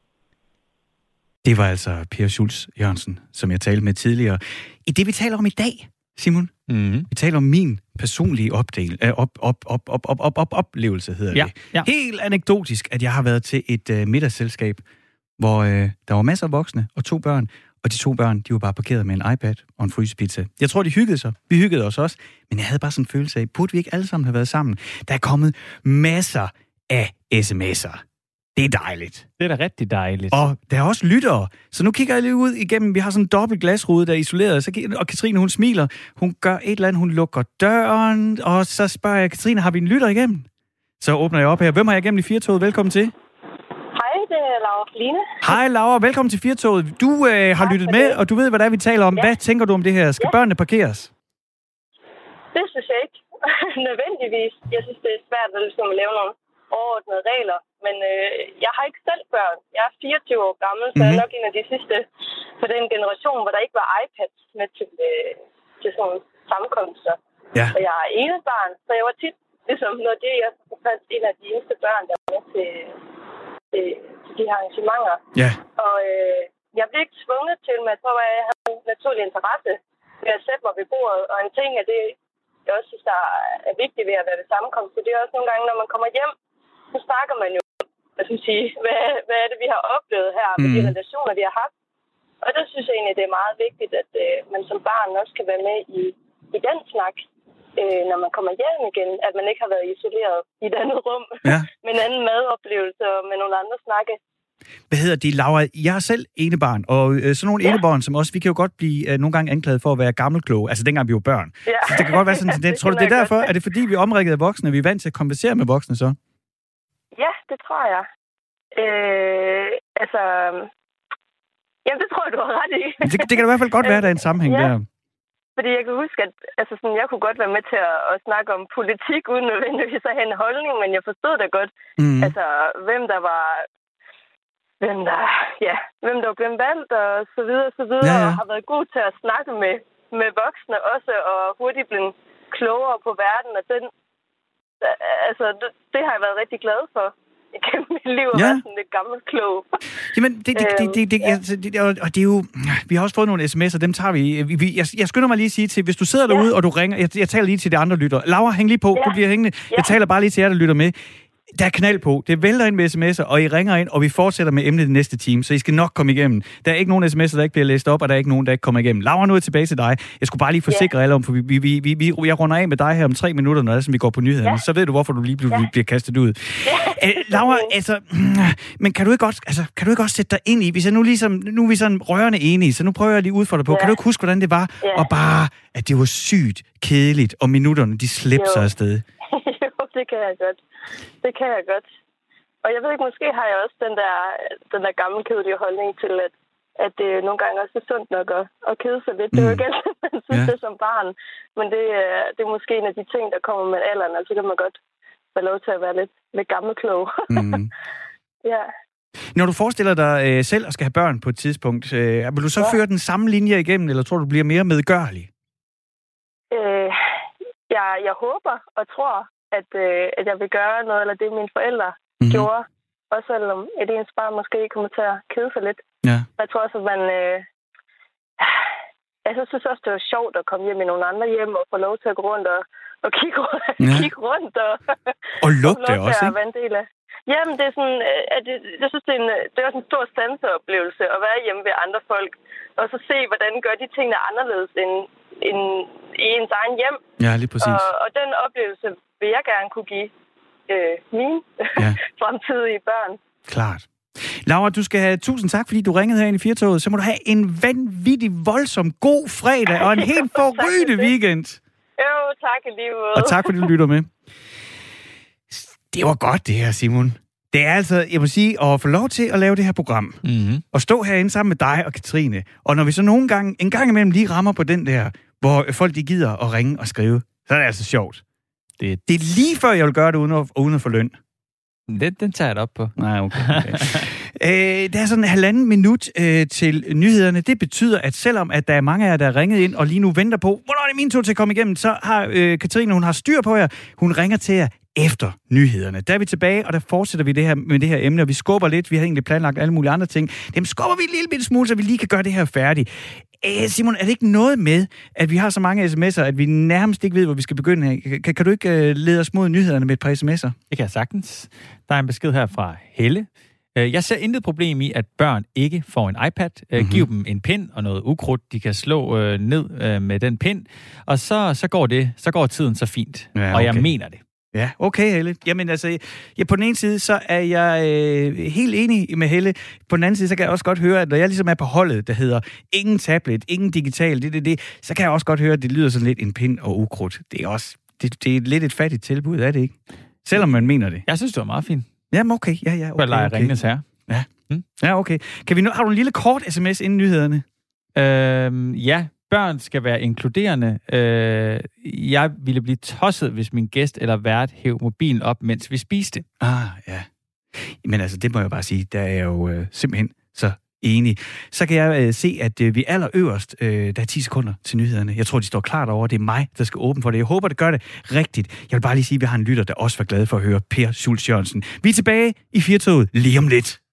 Det var altså Per Schultz Jørgensen, som jeg talte med tidligere. I det, vi taler om i dag, Simon, mm-hmm. vi taler om min personlige opdel, øh, op, op, op, op, op, op, op, oplevelse, hedder ja, det. Ja. Helt anekdotisk, at jeg har været til et øh, middagsselskab, hvor øh, der var masser af voksne og to børn, og de to børn, de var bare parkeret med en iPad og en frysepizza. Jeg tror, de hyggede sig. Vi hyggede os også, men jeg havde bare sådan en følelse af, burde vi ikke alle sammen have været sammen? Der er kommet masser af sms'er. Det er dejligt. Det er da rigtig dejligt. Og der er også lyttere. Så nu kigger jeg lige ud igennem. Vi har sådan en dobbelt glasrude, der er isoleret. Så, og Katrine, hun smiler. Hun gør et eller andet. Hun lukker døren. Og så spørger jeg, Katrine, har vi en lytter igennem? Så åbner jeg op her. Hvem har jeg igennem i Firtoget? Velkommen til. Hej, det er Laura Line. Hej Laura, velkommen til Firtoget. Du øh, har lyttet med, og du ved, hvad det er, vi taler om. Ja. Hvad tænker du om det her? Skal ja. børnene parkeres? Det synes jeg ikke. Nødvendigvis. Jeg synes, det er svært at ligesom lave nogle overordnede regler. Men øh, jeg har ikke selv børn. Jeg er fireogtyve år gammel, så mm-hmm. jeg er nok en af de sidste på den generation, hvor der ikke var iPads med til, øh, til sådan sammenkomster. Ja. Og jeg er ene barn, så jeg var tit, ligesom når det er faktisk en af de eneste børn, der var med til, til, til de her arrangementer. Ja. Og øh, jeg blev ikke tvunget til, men jeg tror, at jeg havde en naturlig interesse ved at sætte mig ved bordet. Og en ting af det, jeg også synes, der er vigtigt ved at være ved sammenkomst, det er også nogle gange, når man kommer hjem, så snakker man jo, hvad skal man sige, hvad, hvad er det, vi har oplevet her med mm. de relationer, vi har haft. Og der synes jeg egentlig, det er meget vigtigt, at øh, man som barn også kan være med i, i den snak, øh, når man kommer hjem igen, at man ikke har været isoleret i et andet rum ja. med en anden madoplevelse og med nogle andre snakke. Hvad hedder det, Laura? Jeg er selv enebarn, og øh, sådan nogle ja. enebarn som os, vi kan jo godt blive øh, nogle gange anklaget for at være gammelkloge, altså dengang vi var børn. Ja. Så det kan godt være sådan en tendens. Tror du, det er derfor? Godt. Er det fordi, vi er omrikket af voksne, vi er vant til at konversere med voksne så? Ja, det tror jeg. Øh, altså... Jamen, det tror jeg, du har ret i. det, det kan da i hvert fald godt være, der er en sammenhæng ja. der. Fordi jeg kan huske, at altså sådan, jeg kunne godt være med til at, at snakke om politik, uden nødvendigvis at have en holdning, men jeg forstod da godt, mm. altså, hvem der var... Hvem der, ja, hvem der var blevet valgt, og så videre, så videre, ja, ja. og har været god til at snakke med, med voksne også, og hurtigt blevet klogere på verden, og den... Altså, det, det har jeg været rigtig glad for. Igennem mit liv og ja. være sådan lidt gammel klog. Jamen, det, det, det, det, det, ja. det, det, og det er jo... Vi har også fået nogle sms'er, dem tager vi. vi jeg, jeg skynder mig lige at sige til, hvis du sidder derude, ja. og du ringer... Jeg, jeg taler lige til de andre lyttere. Laura, hæng lige på. Ja. Du bliver hængende. Ja. Jeg taler bare lige til jer, der lytter med. Der er knald på. Det vælter ind med sms'er, og I ringer ind, og vi fortsætter med emnet det næste time, så I skal nok komme igennem. Der er ikke nogen sms'er, der ikke bliver læst op, og der er ikke nogen, der ikke kommer igennem. Laura, nu er jeg tilbage til dig. Jeg skulle bare lige forsikre yeah. alle om, for vi, vi, vi, vi, jeg runder af med dig her om tre minutter, når det er, som vi går på nyhederne. Yeah. Så ved du, hvorfor du lige bliver, yeah. bliver kastet ud. Yeah. Æ, Laura, altså... Men kan du ikke godt, altså, kan du ikke også sætte dig ind i, hvis jeg nu ligesom... Nu er vi sådan rørende enige, så nu prøver jeg lige at udfordre på. Yeah. Kan du ikke huske, hvordan det var? Yeah. Og bare, at det var sygt kedeligt, og minutterne, de slipper sig afsted. Jo, det kan jeg godt. Det kan jeg godt. Og jeg ved ikke, måske har jeg også den der, den der gamle kedelige holdning til, at, at det nogle gange også er sundt nok at, at kede sig lidt. Mm. Det er jo ikke altid, man synes ja. det som barn. Men det, det er måske en af de ting, der kommer med alderen, og så kan man godt være lov til at være lidt, lidt gammelklog. Mm. ja. Når du forestiller dig øh, selv at skal have børn på et tidspunkt, øh, vil du så ja. føre den samme linje igennem, eller tror du, du bliver mere medgørlig? Øh, jeg, jeg håber og tror, at, øh, at jeg vil gøre noget, eller det mine forældre mm-hmm. gjorde. Også selvom et ens barn måske kommer til at kede sig lidt. Ja. Jeg tror også, at man... Øh, jeg synes også, det var sjovt at komme hjem i nogle andre hjem og få lov til at gå rundt og, og kigge, ja. kigge rundt. Og, og lugte og også, ikke? Være en del af. Jamen, det er sådan... At det, jeg synes, det er, en, det er også en stor sanseoplevelse at være hjemme ved andre folk. Og så se, hvordan gør de tingene anderledes end, end i ens egen hjem. Ja, lige præcis. Og, og den oplevelse vil jeg gerne kunne give øh, mine ja. fremtidige børn. Klart. Laura, du skal have tusind tak, fordi du ringede her ind i Firtoget. Så må du have en vanvittig, voldsom, god fredag og en helt forrygende weekend. Jo, tak i lige måde. Og tak, fordi du lytter med. Det var godt, det her, Simon. Det er altså, jeg må sige, at få lov til at lave det her program. Mm-hmm. Og stå herinde sammen med dig og Katrine. Og når vi så nogle gange, en gang imellem lige rammer på den der, hvor folk de gider at ringe og skrive, så er det altså sjovt. Det, det er lige før, jeg vil gøre det uden at, uden at få løn. Den, den tager jeg op på. Nej, okay. okay. øh, der er sådan en halvanden minut øh, til nyhederne. Det betyder, at selvom at der er mange af jer, der er ringet ind og lige nu venter på, hvornår er det min tur til at komme igennem, så har øh, Katrine, hun har styr på jer. Hun ringer til jer efter nyhederne. Der er vi tilbage, og der fortsætter vi det her, med det her emne, og vi skubber lidt. Vi har egentlig planlagt alle mulige andre ting. Dem skubber vi en lille bitte smule, så vi lige kan gøre det her færdigt. Æh, Simon, er det ikke noget med, at vi har så mange sms'er, at vi nærmest ikke ved, hvor vi skal begynde her? Kan, kan du ikke uh, lede os mod nyhederne med et par sms'er? Det kan jeg sagtens. Der er en besked her fra Helle. Jeg ser intet problem i, at børn ikke får en iPad. Mm-hmm. Giv dem en pind og noget ukrudt, de kan slå øh, ned øh, med den pind, og så, så, går det, så går tiden så fint. Ja, okay. Og jeg mener det. Ja, okay, Helle. Jamen altså, ja, på den ene side, så er jeg øh, helt enig med Helle. På den anden side, så kan jeg også godt høre, at når jeg ligesom er på holdet, der hedder ingen tablet, ingen digital, det, det, det, så kan jeg også godt høre, at det lyder sådan lidt en pind og ukrudt. Det er også, det, det er lidt et fattigt tilbud, er det ikke? Selvom man mener det. Jeg synes, det var meget fint. Jamen okay, ja, ja, okay. Bare lege okay. ringes her. Ja. Hmm? Ja, okay. Kan vi nu, har du en lille kort sms inden nyhederne? Øhm, ja. Børn skal være inkluderende. Øh, jeg ville blive tosset, hvis min gæst eller vært hæv mobilen op, mens vi spiste. Ah, ja. Men altså, det må jeg bare sige, der er jeg jo øh, simpelthen så enig. Så kan jeg øh, se, at øh, vi er allerøverst, øh, der er ti sekunder til nyhederne. Jeg tror, de står klart over. Det er mig, der skal åbne for det. Jeg håber, det gør det rigtigt. Jeg vil bare lige sige, at vi har en lytter, der også var glad for at høre Per Schultz Jørgensen. Vi er tilbage i Firtoget lige om lidt.